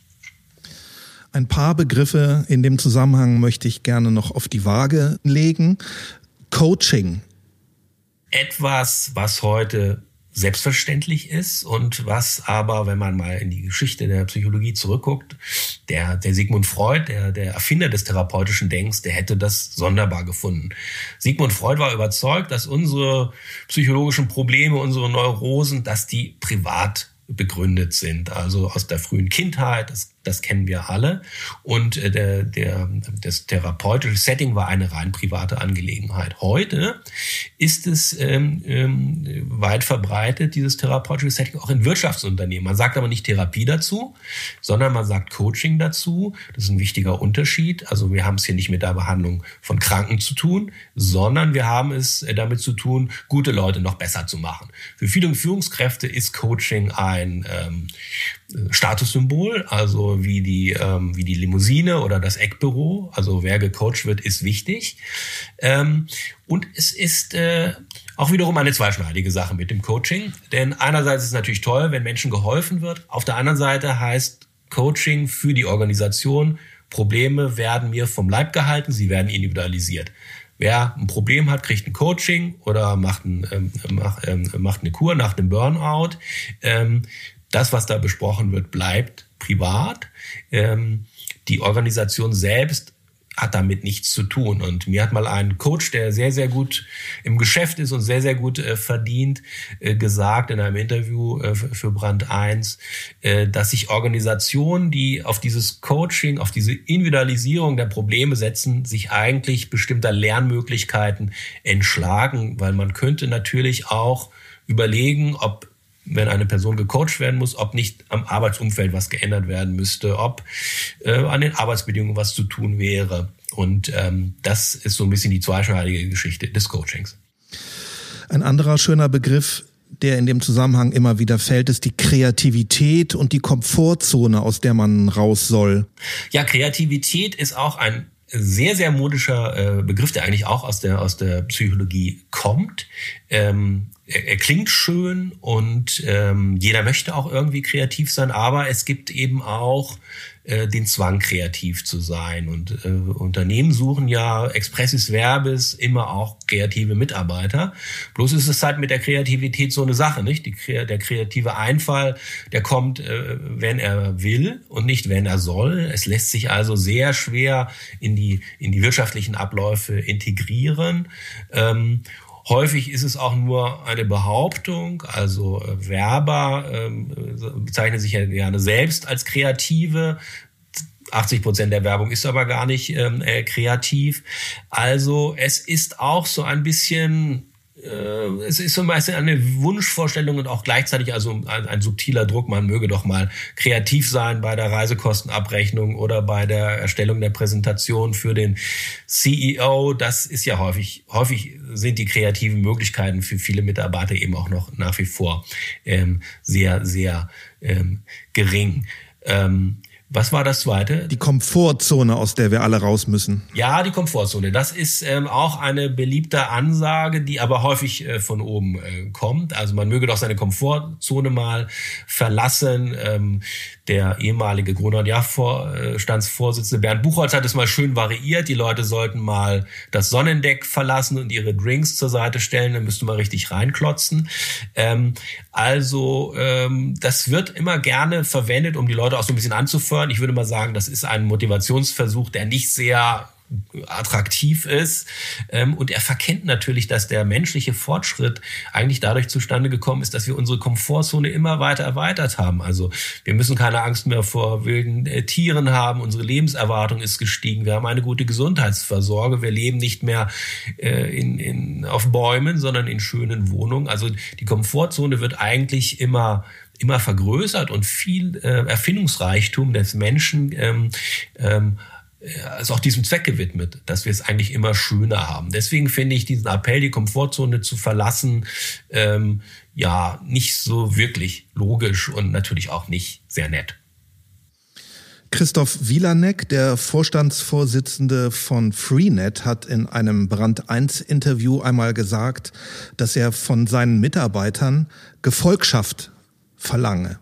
Ein paar Begriffe in dem Zusammenhang möchte ich gerne noch auf die Waage legen. Coaching. Etwas, was heute selbstverständlich ist und was aber, wenn man mal in die Geschichte der Psychologie zurückguckt, der, der Sigmund Freud, der, der Erfinder des therapeutischen Denkens, der hätte das sonderbar gefunden. Sigmund Freud war überzeugt, dass unsere psychologischen Probleme, unsere Neurosen, dass die privat begründet sind, also aus der frühen Kindheit, das, das kennen wir alle. Und der, der, das therapeutische Setting war eine rein private Angelegenheit. Heute ist es ähm, ähm, weit verbreitet, dieses therapeutische Setting, auch in Wirtschaftsunternehmen. Man sagt aber nicht Therapie dazu, sondern man sagt Coaching dazu. Das ist ein wichtiger Unterschied. Also wir haben es hier nicht mit der Behandlung von Kranken zu tun, sondern wir haben es damit zu tun, gute Leute noch besser zu machen. Für viele Führungskräfte ist Coaching ein ähm, Statussymbol, also wie die ähm, wie die Limousine oder das Eckbüro. Also wer gecoacht wird, ist wichtig. Ähm, und es ist äh, auch wiederum eine zweischneidige Sache mit dem Coaching. Denn einerseits ist es natürlich toll, wenn Menschen geholfen wird. Auf der anderen Seite heißt Coaching für die Organisation, Probleme werden mir vom Leib gehalten, sie werden individualisiert. Wer ein Problem hat, kriegt ein Coaching oder macht, ein, ähm, macht, ähm, macht eine Kur nach dem Burnout. Ähm, das, was da besprochen wird, bleibt privat. Ähm, die Organisation selbst hat damit nichts zu tun. Und mir hat mal ein Coach, der sehr, sehr gut im Geschäft ist und sehr, sehr gut äh, verdient, äh, gesagt in einem Interview äh, für Brand eins, äh, dass sich Organisationen, die auf dieses Coaching, auf diese Individualisierung der Probleme setzen, sich eigentlich bestimmter Lernmöglichkeiten entschlagen, weil man könnte natürlich auch überlegen, ob, wenn eine Person gecoacht werden muss, ob nicht am Arbeitsumfeld was geändert werden müsste, ob äh, an den Arbeitsbedingungen was zu tun wäre. Und ähm, das ist so ein bisschen die zweischneidige Geschichte des Coachings. Ein anderer schöner Begriff, der in dem Zusammenhang immer wieder fällt, ist die Kreativität und die Komfortzone, aus der man raus soll. Ja, Kreativität ist auch ein sehr, sehr modischer äh, Begriff, der eigentlich auch aus der, aus der Psychologie kommt. Ähm, er, er klingt schön und ähm, jeder möchte auch irgendwie kreativ sein, aber es gibt eben auch äh, den Zwang, kreativ zu sein. Und äh, Unternehmen suchen ja expressis verbis immer auch kreative Mitarbeiter. Bloß ist es halt mit der Kreativität so eine Sache, nicht? Die, der kreative Einfall, der kommt, äh, wenn er will und nicht, wenn er soll. Es lässt sich also sehr schwer in die, in die wirtschaftlichen Abläufe integrieren. Ähm, Häufig ist es auch nur eine Behauptung, also äh, Werber ähm, bezeichnen sich ja gerne selbst als Kreative. achtzig Prozent der Werbung ist aber gar nicht ähm, äh, kreativ. Also es ist auch so ein bisschen, äh, es ist so ein bisschen eine Wunschvorstellung und auch gleichzeitig also ein, ein subtiler Druck, man möge doch mal kreativ sein bei der Reisekostenabrechnung oder bei der Erstellung der Präsentation für den C E O. Das ist ja häufig, häufig sind die kreativen Möglichkeiten für viele Mitarbeiter eben auch noch nach wie vor ähm, sehr, sehr ähm, gering. Ähm, Was war das Zweite? Die Komfortzone, aus der wir alle raus müssen. Ja, die Komfortzone. Das ist ähm, auch eine beliebte Ansage, die aber häufig äh, von oben äh, kommt. Also man möge doch seine Komfortzone mal verlassen. Ähm, der ehemalige Gruner-und-Jahr-Vorstandsvorsitzende Bernd Buchholz hat es mal schön variiert. Die Leute sollten mal das Sonnendeck verlassen und ihre Drinks zur Seite stellen. Dann müsste man richtig reinklotzen. Ähm, also ähm, das wird immer gerne verwendet, um die Leute auch so ein bisschen anzufeuern. Ich würde mal sagen, das ist ein Motivationsversuch, der nicht sehr attraktiv ist. Und er verkennt natürlich, dass der menschliche Fortschritt eigentlich dadurch zustande gekommen ist, dass wir unsere Komfortzone immer weiter erweitert haben. Also wir müssen keine Angst mehr vor wilden Tieren haben. Unsere Lebenserwartung ist gestiegen. Wir haben eine gute Gesundheitsversorgung. Wir leben nicht mehr in, in, auf Bäumen, sondern in schönen Wohnungen. Also die Komfortzone wird eigentlich immer immer vergrößert und viel äh, Erfindungsreichtum des Menschen ähm, ähm, ist auch diesem Zweck gewidmet, dass wir es eigentlich immer schöner haben. Deswegen finde ich diesen Appell, die Komfortzone zu verlassen, ähm, ja nicht so wirklich logisch und natürlich auch nicht sehr nett. Christoph Wielanek, der Vorstandsvorsitzende von Freenet, hat in einem Brand eins Interview einmal gesagt, dass er von seinen Mitarbeitern Gefolgschaft verlange.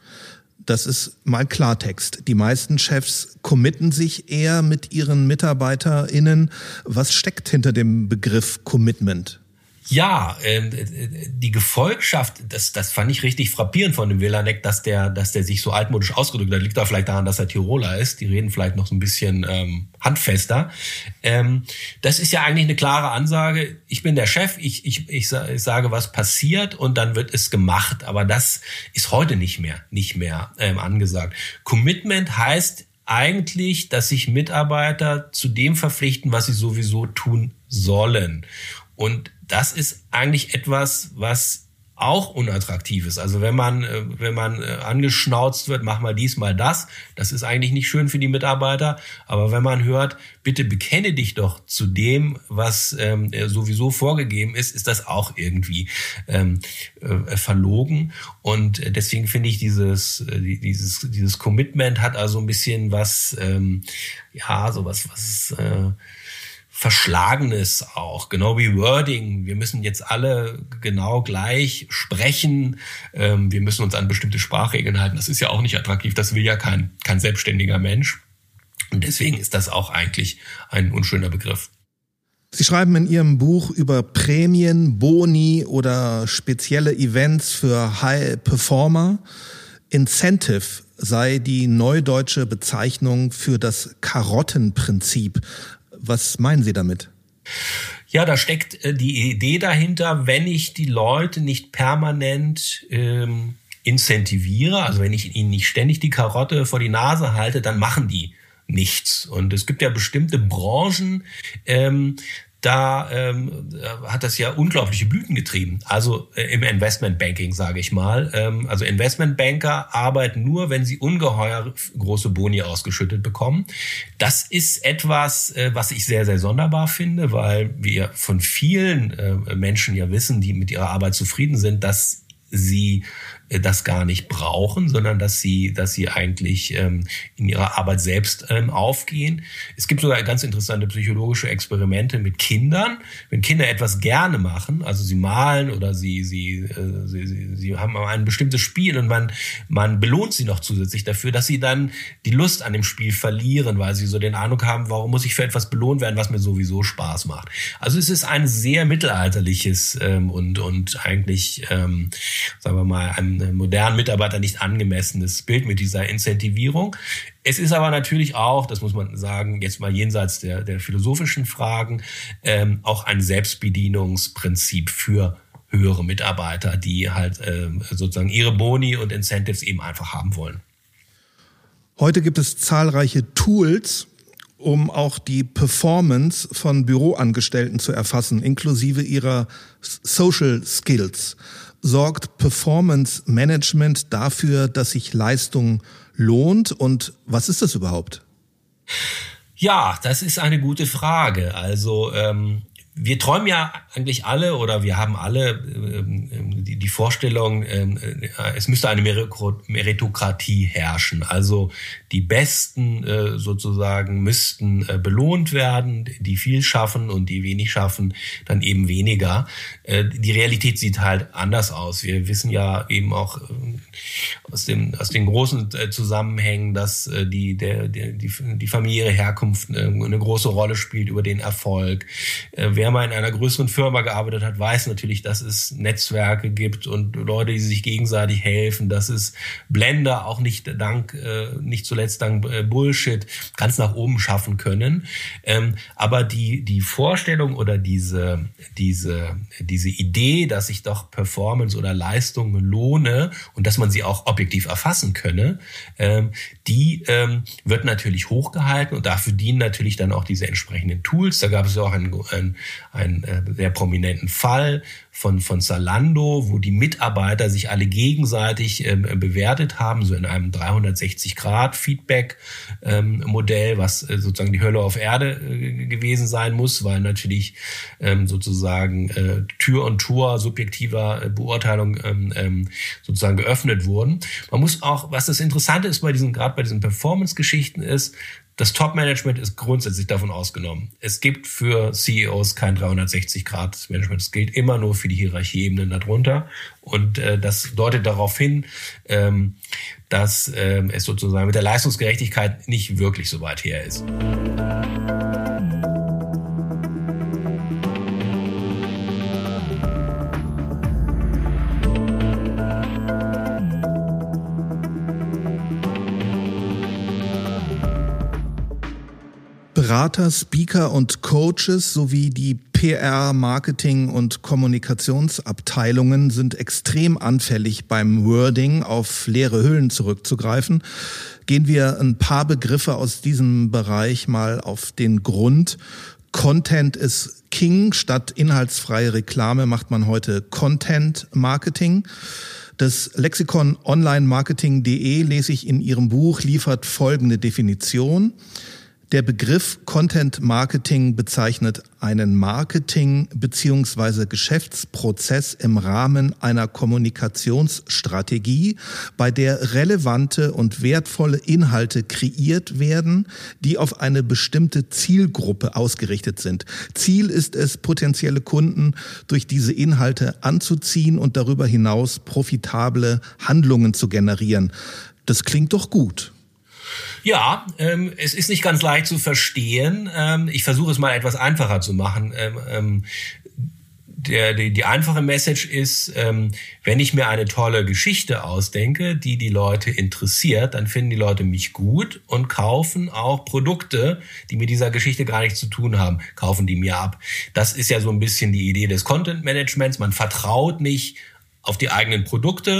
Das ist mal Klartext. Die meisten Chefs committen sich eher mit ihren MitarbeiterInnen. Was steckt hinter dem Begriff Commitment? Ja, äh, die Gefolgschaft, das, das fand ich richtig frappierend von dem Wielanek, dass der, dass der sich so altmodisch ausgedrückt hat. Liegt da vielleicht daran, dass er Tiroler ist. Die reden vielleicht noch so ein bisschen ähm, handfester. Ähm, das ist ja eigentlich eine klare Ansage. Ich bin der Chef, ich, ich, ich, ich sage, was passiert und dann wird es gemacht. Aber das ist heute nicht mehr, nicht mehr ähm, angesagt. Commitment heißt eigentlich, dass sich Mitarbeiter zu dem verpflichten, was sie sowieso tun sollen. Und das ist eigentlich etwas, was auch unattraktiv ist. Also wenn man, wenn man angeschnauzt wird, mach mal dies, mal das, das ist eigentlich nicht schön für die Mitarbeiter. Aber wenn man hört, bitte bekenne dich doch zu dem, was ähm, sowieso vorgegeben ist, ist das auch irgendwie ähm, äh, verlogen. Und deswegen finde ich dieses, dieses, dieses Commitment hat also ein bisschen was, ähm, ja, sowas, was, äh, Verschlagenes auch, genau wie Wording. Wir müssen jetzt alle genau gleich sprechen. Ähm, wir müssen uns an bestimmte Sprachregeln halten. Das ist ja auch nicht attraktiv. Das will ja kein, kein selbstständiger Mensch. Und deswegen ist das auch eigentlich ein unschöner Begriff. Sie schreiben in Ihrem Buch über Prämien, Boni oder spezielle Events für High Performer. Incentive sei die neudeutsche Bezeichnung für das Karottenprinzip. Was meinen Sie damit? Ja, da steckt die Idee dahinter, wenn ich die Leute nicht permanent ähm, incentiviere, also wenn ich ihnen nicht ständig die Karotte vor die Nase halte, dann machen die nichts. Und es gibt ja bestimmte Branchen, ähm, da ähm, hat das ja unglaubliche Blüten getrieben. Also äh, im Investmentbanking, sage ich mal. Ähm, also Investmentbanker arbeiten nur, wenn sie ungeheuer große Boni ausgeschüttet bekommen. Das ist etwas, äh, was ich sehr, sehr sonderbar finde, weil wir von vielen äh, Menschen ja wissen, die mit ihrer Arbeit zufrieden sind, dass sie das gar nicht brauchen, sondern dass sie, dass sie eigentlich ähm, in ihrer Arbeit selbst ähm, aufgehen. Es gibt sogar ganz interessante psychologische Experimente mit Kindern. Wenn Kinder etwas gerne machen, also sie malen oder sie sie äh, sie, sie, sie haben ein bestimmtes Spiel und man man belohnt sie noch zusätzlich dafür, dass sie dann die Lust an dem Spiel verlieren, weil sie so den Eindruck haben, warum muss ich für etwas belohnt werden, was mir sowieso Spaß macht. Also es ist ein sehr mittelalterliches ähm, und und eigentlich ähm, sagen wir mal ein modernen Mitarbeiter nicht angemessenes Bild mit dieser Incentivierung. Es ist aber natürlich auch, das muss man sagen, jetzt mal jenseits der, der philosophischen Fragen, ähm, auch ein Selbstbedienungsprinzip für höhere Mitarbeiter, die halt ähm, sozusagen ihre Boni und Incentives eben einfach haben wollen. Heute gibt es zahlreiche Tools, um auch die Performance von Büroangestellten zu erfassen, inklusive ihrer Social Skills. Sorgt Performance Management dafür, dass sich Leistung lohnt? Und was ist das überhaupt? Ja, das ist eine gute Frage. Also ähm, wir träumen ja eigentlich alle oder wir haben alle ähm, die, die Vorstellung, ähm, es müsste eine Meritokratie herrschen. Also die Besten äh, sozusagen müssten äh, belohnt werden, die viel schaffen und die wenig schaffen, dann eben weniger. Äh, die Realität sieht halt anders aus. Wir wissen ja eben auch äh, aus dem aus den großen äh, Zusammenhängen, dass äh, die der, der die die familiäre Herkunft äh, eine große Rolle spielt über den Erfolg. Äh, wer mal in einer größeren Firma gearbeitet hat, weiß natürlich, dass es Netzwerke gibt und Leute, die sich gegenseitig helfen, dass es Blender auch nicht dank äh, nicht zuletzt dank äh, Bullshit ganz nach oben schaffen können. Ähm, aber die die Vorstellung oder diese diese diese Idee, dass sich doch Performance oder Leistung lohne und dass man sie auch objektiv erfassen könne, ähm, die ähm, wird natürlich hochgehalten und dafür dienen natürlich dann auch diese entsprechenden Tools. Da gab es ja auch einen, einen, einen äh, sehr prominenten Fall von von Zalando, wo die Mitarbeiter sich alle gegenseitig ähm, bewertet haben, so in einem dreihundertsechzig Grad Feedback ähm, Modell, was äh, sozusagen die Hölle auf Erde äh, gewesen sein muss, weil natürlich ähm, sozusagen äh, Tür und Tor subjektiver äh, Beurteilung ähm, sozusagen geöffnet wurden. Man muss auch, was das Interessante ist bei diesen, gerade bei diesen Performance-Geschichten ist, das Top-Management ist grundsätzlich davon ausgenommen. Es gibt für C E Os kein dreihundertsechzig Grad Management. Es gilt immer nur für die Hierarchieebenen darunter. Und äh, das deutet darauf hin, ähm, dass ähm, es sozusagen mit der Leistungsgerechtigkeit nicht wirklich so weit her ist. Berater, Speaker und Coaches sowie die P R, Marketing und Kommunikationsabteilungen sind extrem anfällig beim Wording auf leere Hüllen zurückzugreifen. Gehen wir ein paar Begriffe aus diesem Bereich mal auf den Grund. Content ist King. Statt inhaltsfreie Reklame macht man heute Content Marketing. Das Lexikon online marketing punkt de, lese ich in Ihrem Buch, liefert folgende Definition. Der Begriff Content Marketing bezeichnet einen Marketing- bzw. Geschäftsprozess im Rahmen einer Kommunikationsstrategie, bei der relevante und wertvolle Inhalte kreiert werden, die auf eine bestimmte Zielgruppe ausgerichtet sind. Ziel ist es, potenzielle Kunden durch diese Inhalte anzuziehen und darüber hinaus profitable Handlungen zu generieren. Das klingt doch gut. Ja, ähm, es ist nicht ganz leicht zu verstehen. Ähm, ich versuche es mal etwas einfacher zu machen. Ähm, ähm, der, die, die einfache Message ist, ähm, wenn ich mir eine tolle Geschichte ausdenke, die die Leute interessiert, dann finden die Leute mich gut und kaufen auch Produkte, die mit dieser Geschichte gar nichts zu tun haben, kaufen die mir ab. Das ist ja so ein bisschen die Idee des Content Managements. Man vertraut nicht auf die eigenen Produkte,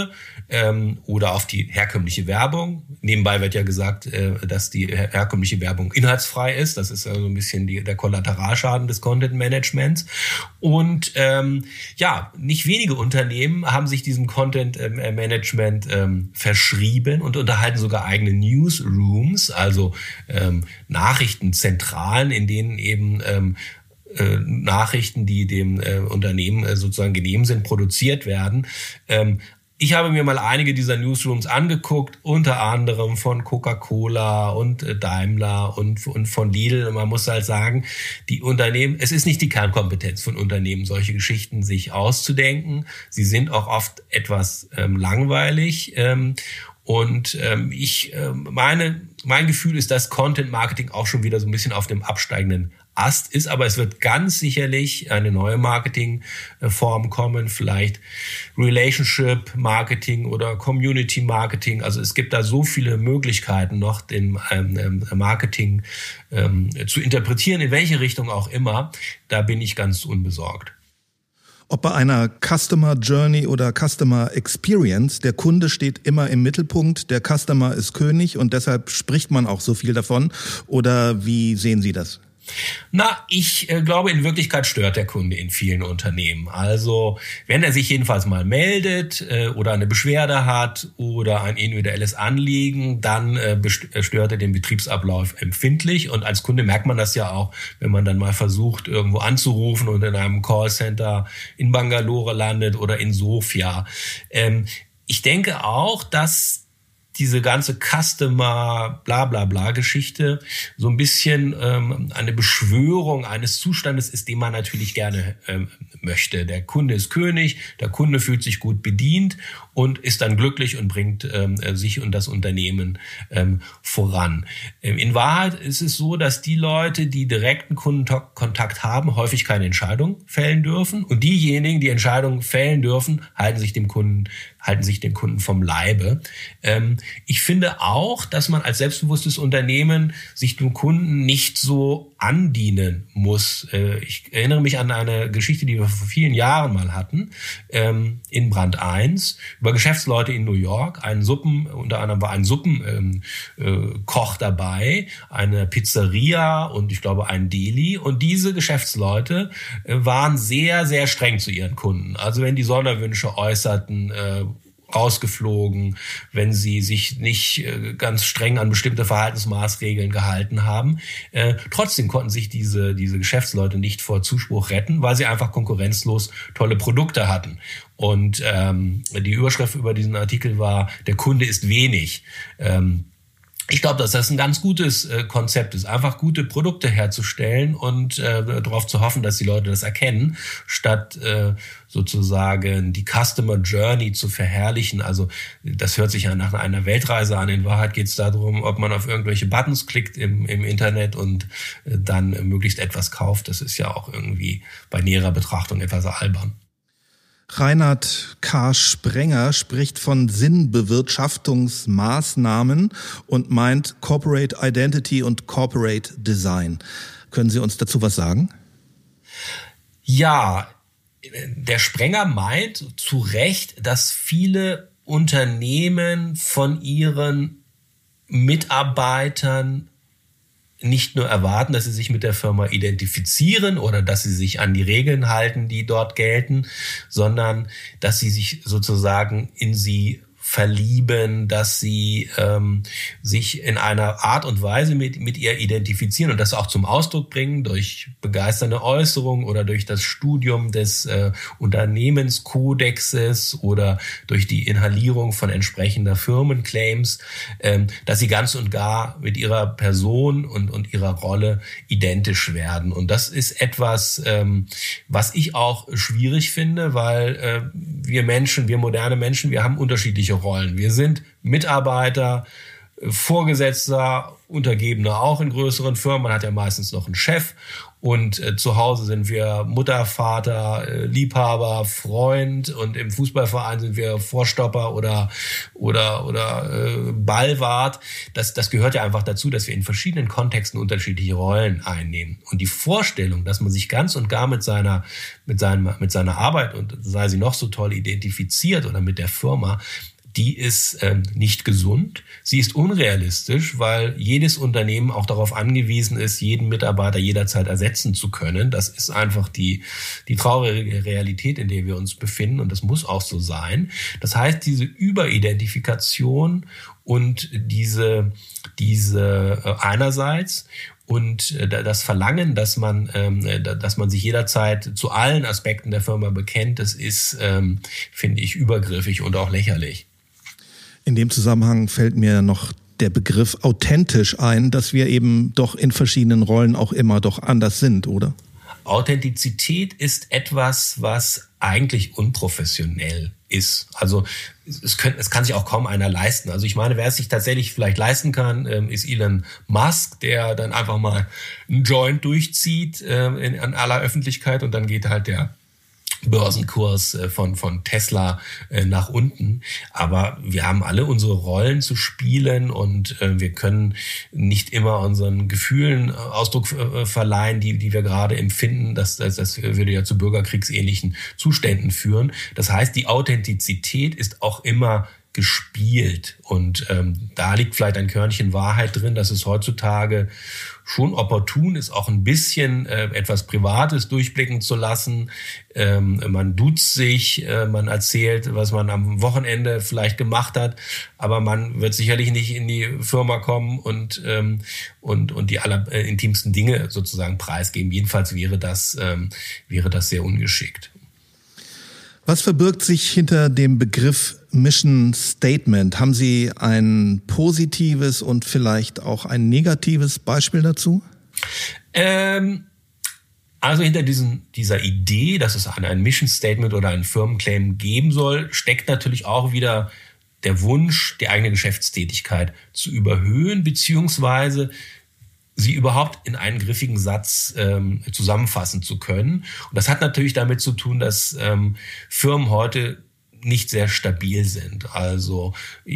ähm, oder auf die herkömmliche Werbung. Nebenbei wird ja gesagt, äh, dass die her- herkömmliche Werbung inhaltsfrei ist. Das ist ja so ein bisschen die, der Kollateralschaden des Content-Managements. Und ähm, ja, nicht wenige Unternehmen haben sich diesem Content-Management ähm, verschrieben und unterhalten sogar eigene Newsrooms, also ähm, Nachrichtenzentralen, in denen eben ähm, äh, Nachrichten, die dem äh, Unternehmen äh, sozusagen genehm sind, produziert werden. Ähm, Ich habe mir mal einige dieser Newsrooms angeguckt, unter anderem von Coca-Cola und äh, Daimler und, und von Lidl. Und man muss halt sagen, die Unternehmen, es ist nicht die Kernkompetenz von Unternehmen, solche Geschichten sich auszudenken. Sie sind auch oft etwas ähm, langweilig. Ähm, und ähm, ich äh, meine, mein Gefühl ist, dass Content Marketing auch schon wieder so ein bisschen auf dem absteigenden Ast ist, aber es wird ganz sicherlich eine neue Marketingform kommen, vielleicht Relationship Marketing oder Community Marketing. Also es gibt da so viele Möglichkeiten noch, den ähm, Marketing ähm, zu interpretieren, in welche Richtung auch immer. Da bin ich ganz unbesorgt. Ob bei einer Customer Journey oder Customer Experience, der Kunde steht immer im Mittelpunkt, der Customer ist König und deshalb spricht man auch so viel davon. Oder wie sehen Sie das? Na, ich äh, glaube, in Wirklichkeit stört der Kunde in vielen Unternehmen. Also, wenn er sich jedenfalls mal meldet äh, oder eine Beschwerde hat oder ein individuelles Anliegen, dann äh, best- stört er den Betriebsablauf empfindlich. Und als Kunde merkt man das ja auch, wenn man dann mal versucht, irgendwo anzurufen und in einem Callcenter in Bangalore landet oder in Sofia. Ähm, ich denke auch, dass diese ganze Customer-Bla-Bla-Bla-Geschichte so ein bisschen ähm, eine Beschwörung eines Zustandes ist, den man natürlich gerne ähm, möchte. Der Kunde ist König, der Kunde fühlt sich gut bedient und ist dann glücklich und bringt ähm, sich und das Unternehmen ähm, voran. Ähm, in Wahrheit ist es so, dass die Leute, die direkten Kundenkontakt haben, häufig keine Entscheidung fällen dürfen und diejenigen, die Entscheidungen fällen dürfen, halten sich dem Kunden halten sich den Kunden vom Leibe. Ähm, ich finde auch, dass man als selbstbewusstes Unternehmen sich dem Kunden nicht so andienen muss. Äh, ich erinnere mich an eine Geschichte, die wir vor vielen Jahren mal hatten, ähm, in Brand eins, über Geschäftsleute in New York. Ein Suppen, unter anderem war ein Suppenkoch ähm, äh, Koch dabei, eine Pizzeria und ich glaube ein Deli. Und diese Geschäftsleute äh, waren sehr, sehr streng zu ihren Kunden. Also wenn die Sonderwünsche äußerten, äh, rausgeflogen, wenn sie sich nicht äh, ganz streng an bestimmte Verhaltensmaßregeln gehalten haben. Äh, trotzdem konnten sich diese, diese Geschäftsleute nicht vor Zuspruch retten, weil sie einfach konkurrenzlos tolle Produkte hatten. Und ähm, die Überschrift über diesen Artikel war, der Kunde ist wenig. Ähm, Ich glaube, dass das ein ganz gutes äh, Konzept ist, einfach gute Produkte herzustellen und äh, darauf zu hoffen, dass die Leute das erkennen, statt äh, sozusagen die Customer Journey zu verherrlichen. Also das hört sich ja nach einer Weltreise an. In Wahrheit geht es darum, ob man auf irgendwelche Buttons klickt im, im Internet und äh, dann äh, möglichst etwas kauft. Das ist ja auch irgendwie bei näherer Betrachtung etwas albern. Reinhard K. Sprenger spricht von Sinnbewirtschaftungsmaßnahmen und meint Corporate Identity und Corporate Design. Können Sie uns dazu was sagen? Ja, der Sprenger meint zu Recht, dass viele Unternehmen von ihren Mitarbeitern nicht nur erwarten, dass sie sich mit der Firma identifizieren oder dass sie sich an die Regeln halten, die dort gelten, sondern dass sie sich sozusagen in sie verlieben, dass sie ähm, sich in einer Art und Weise mit, mit ihr identifizieren und das auch zum Ausdruck bringen durch begeisternde Äußerungen oder durch das Studium des äh, Unternehmenskodexes oder durch die Inhalierung von entsprechender Firmenclaims, ähm, dass sie ganz und gar mit ihrer Person und, und ihrer Rolle identisch werden. Und das ist etwas, ähm, was ich auch schwierig finde, weil äh, wir Menschen, wir moderne Menschen, wir haben unterschiedliche Rollen. Wir sind Mitarbeiter, Vorgesetzter, Untergebener auch in größeren Firmen. Man hat ja meistens noch einen Chef. Und äh, zu Hause sind wir Mutter, Vater, äh, Liebhaber, Freund. Und im Fußballverein sind wir Vorstopper oder oder oder äh, Ballwart. Das das gehört ja einfach dazu, dass wir in verschiedenen Kontexten unterschiedliche Rollen einnehmen. Und die Vorstellung, dass man sich ganz und gar mit seiner mit seinem mit seiner Arbeit und sei sie noch so toll identifiziert oder mit der Firma, die ist ähm, nicht gesund. Sie ist unrealistisch, weil jedes Unternehmen auch darauf angewiesen ist, jeden Mitarbeiter jederzeit ersetzen zu können. Das ist einfach die, die traurige Realität, in der wir uns befinden, und das muss auch so sein. Das heißt, diese Überidentifikation und diese, diese äh, einerseits und äh, das Verlangen, dass man, ähm, dass man sich jederzeit zu allen Aspekten der Firma bekennt, das ist, ähm, finde ich, übergriffig und auch lächerlich. In dem Zusammenhang fällt mir noch der Begriff authentisch ein, dass wir eben doch in verschiedenen Rollen auch immer doch anders sind, oder? Authentizität ist etwas, was eigentlich unprofessionell ist. Also es, können, es kann sich auch kaum einer leisten. Also ich meine, wer es sich tatsächlich vielleicht leisten kann, ist Elon Musk, der dann einfach mal einen Joint durchzieht in, an aller Öffentlichkeit, und dann geht halt der Börsenkurs von, von Tesla nach unten. Aber wir haben alle unsere Rollen zu spielen, und wir können nicht immer unseren Gefühlen Ausdruck verleihen, die, die wir gerade empfinden. Das, das, das würde ja zu bürgerkriegsähnlichen Zuständen führen. Das heißt, die Authentizität ist auch immer gespielt. Und ähm, da liegt vielleicht ein Körnchen Wahrheit drin, dass es heutzutage schon opportun ist, auch ein bisschen äh, etwas Privates durchblicken zu lassen. Ähm, man duzt sich, äh, man erzählt, was man am Wochenende vielleicht gemacht hat, aber man wird sicherlich nicht in die Firma kommen und ähm, und und die allerintimsten Dinge sozusagen preisgeben. Jedenfalls wäre das ähm, wäre das sehr ungeschickt. Was verbirgt sich hinter dem Begriff Mission Statement? Haben Sie ein positives und vielleicht auch ein negatives Beispiel dazu? Ähm, also hinter diesen, dieser Idee, dass es ein Mission Statement oder ein Firmenclaim geben soll, steckt natürlich auch wieder der Wunsch, die eigene Geschäftstätigkeit zu überhöhen, beziehungsweise sie überhaupt in einen griffigen Satz ähm, zusammenfassen zu können. Und das hat natürlich damit zu tun, dass ähm, Firmen heute nicht sehr stabil sind. Also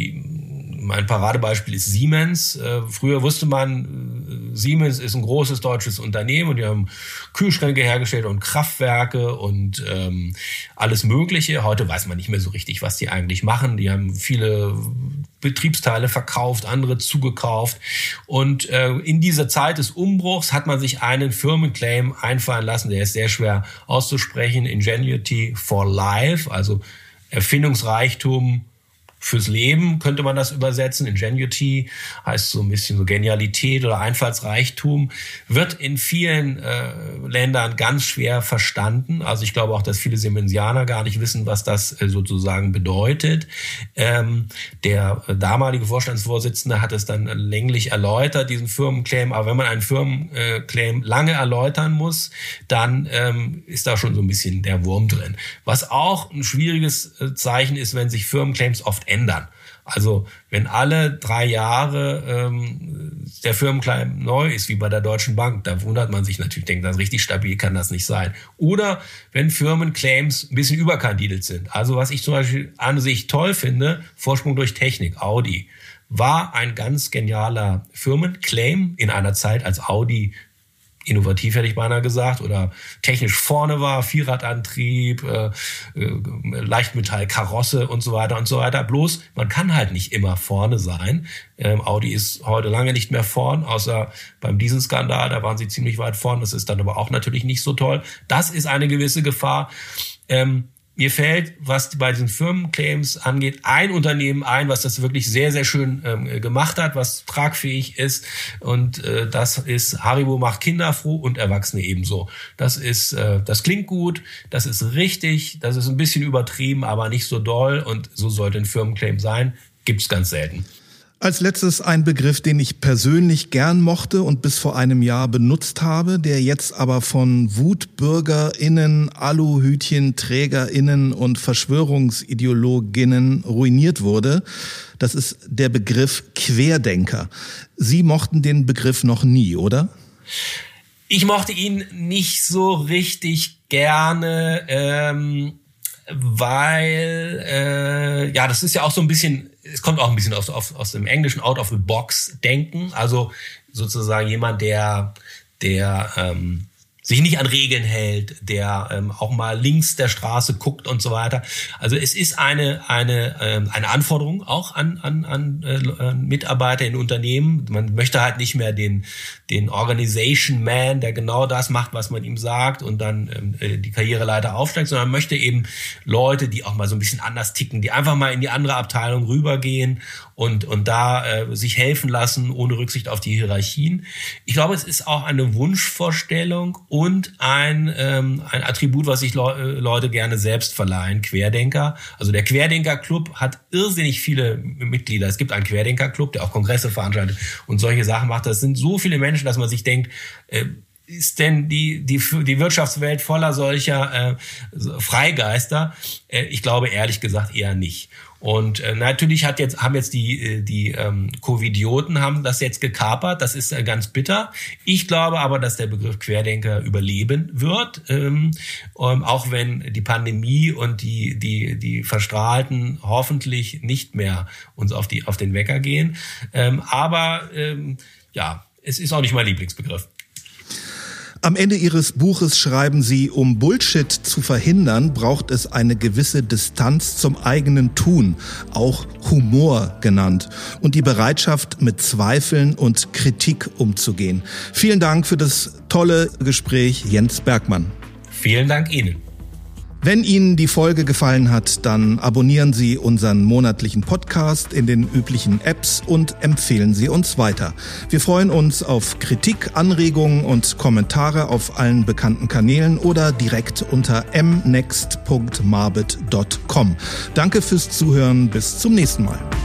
mein Paradebeispiel ist Siemens. Früher wusste man, Siemens ist ein großes deutsches Unternehmen und die haben Kühlschränke hergestellt und Kraftwerke und ähm, alles Mögliche. Heute weiß man nicht mehr so richtig, was die eigentlich machen. Die haben viele Betriebsteile verkauft, andere zugekauft. Und äh, in dieser Zeit des Umbruchs hat man sich einen Firmenclaim einfallen lassen, der ist sehr schwer auszusprechen. Ingenuity for Life, also Erfindungsreichtum fürs Leben, könnte man das übersetzen. Ingenuity heißt so ein bisschen so Genialität oder Einfallsreichtum, wird in vielen äh, Ländern ganz schwer verstanden. Also ich glaube auch, dass viele Siemensianer gar nicht wissen, was das äh, sozusagen bedeutet. Ähm, der äh, damalige Vorstandsvorsitzende hat es dann äh, länglich erläutert, diesen Firmenclaim. Aber wenn man einen Firmenclaim lange erläutern muss, dann ähm, ist da schon so ein bisschen der Wurm drin. Was auch ein schwieriges äh, Zeichen ist, wenn sich Firmenclaims oft ändern. Also wenn alle drei Jahre ähm, der Firmenclaim neu ist, wie bei der Deutschen Bank, da wundert man sich natürlich, denkt, das richtig stabil kann das nicht sein. Oder wenn Firmenclaims ein bisschen überkandidelt sind. Also was ich zum Beispiel an sich toll finde, Vorsprung durch Technik, Audi, war ein ganz genialer Firmenclaim in einer Zeit, als Audi innovativ, hätte ich beinahe gesagt, oder technisch vorne war, Vierradantrieb, äh, äh, Leichtmetallkarosse und so weiter und so weiter. Bloß, man kann halt nicht immer vorne sein. Ähm, Audi ist heute lange nicht mehr vorn, außer beim Dieselskandal, da waren sie ziemlich weit vorn. Das ist dann aber auch natürlich nicht so toll. Das ist eine gewisse Gefahr. Ähm, Mir fällt, was bei diesen Firmenclaims angeht, ein Unternehmen ein, was das wirklich sehr, sehr schön ähm, gemacht hat, was tragfähig ist. Und äh, das ist Haribo macht Kinder froh und Erwachsene ebenso. Das ist, äh, das klingt gut, das ist richtig, das ist ein bisschen übertrieben, aber nicht so doll. Und so sollte ein Firmenclaim sein. Gibt's ganz selten. Als letztes ein Begriff, den ich persönlich gern mochte und bis vor einem Jahr benutzt habe, der jetzt aber von WutbürgerInnen, AluhütchenträgerInnen und VerschwörungsideologInnen ruiniert wurde. Das ist der Begriff Querdenker. Sie mochten den Begriff noch nie, oder? Ich mochte ihn nicht so richtig gerne, ähm, weil, äh, ja, das ist ja auch so ein bisschen, es kommt auch ein bisschen aus, aus, aus dem englischen Out-of-the-Box-Denken, also sozusagen jemand, der, der ähm, sich nicht an Regeln hält, der ähm, auch mal links der Straße guckt und so weiter. Also es ist eine eine ähm, eine Anforderung auch an an an äh, Mitarbeiter in Unternehmen. Man möchte halt nicht mehr den den Organization Man, der genau das macht, was man ihm sagt und dann ähm, die Karriereleiter aufsteigt, sondern man möchte eben Leute, die auch mal so ein bisschen anders ticken, die einfach mal in die andere Abteilung rübergehen und und da äh, sich helfen lassen, ohne Rücksicht auf die Hierarchien. Ich glaube, es ist auch eine Wunschvorstellung und ein ähm, ein Attribut, was sich Le- Leute gerne selbst verleihen, Querdenker. Also der Querdenker-Club hat irrsinnig viele Mitglieder. Es gibt einen Querdenker-Club, der auch Kongresse veranstaltet und solche Sachen macht. Das sind so viele Menschen, dass man sich denkt, äh, ist denn die die die Wirtschaftswelt voller solcher äh, Freigeister? Äh, ich glaube ehrlich gesagt eher nicht. Und äh, natürlich hat jetzt haben jetzt die die ähm, Covidioten haben das jetzt gekapert. Das ist äh, ganz bitter. Ich glaube aber, dass der Begriff Querdenker überleben wird, ähm, ähm, auch wenn die Pandemie und die die die Verstrahlten hoffentlich nicht mehr uns auf die auf den Wecker gehen. Ähm, aber ähm, ja, es ist auch nicht mein Lieblingsbegriff. Am Ende Ihres Buches schreiben Sie, um Bullshit zu verhindern, braucht es eine gewisse Distanz zum eigenen Tun, auch Humor genannt, und die Bereitschaft, mit Zweifeln und Kritik umzugehen. Vielen Dank für das tolle Gespräch, Jens Bergmann. Vielen Dank Ihnen. Wenn Ihnen die Folge gefallen hat, dann abonnieren Sie unseren monatlichen Podcast in den üblichen Apps und empfehlen Sie uns weiter. Wir freuen uns auf Kritik, Anregungen und Kommentare auf allen bekannten Kanälen oder direkt unter m next punkt marbit punkt com. Danke fürs Zuhören, bis zum nächsten Mal.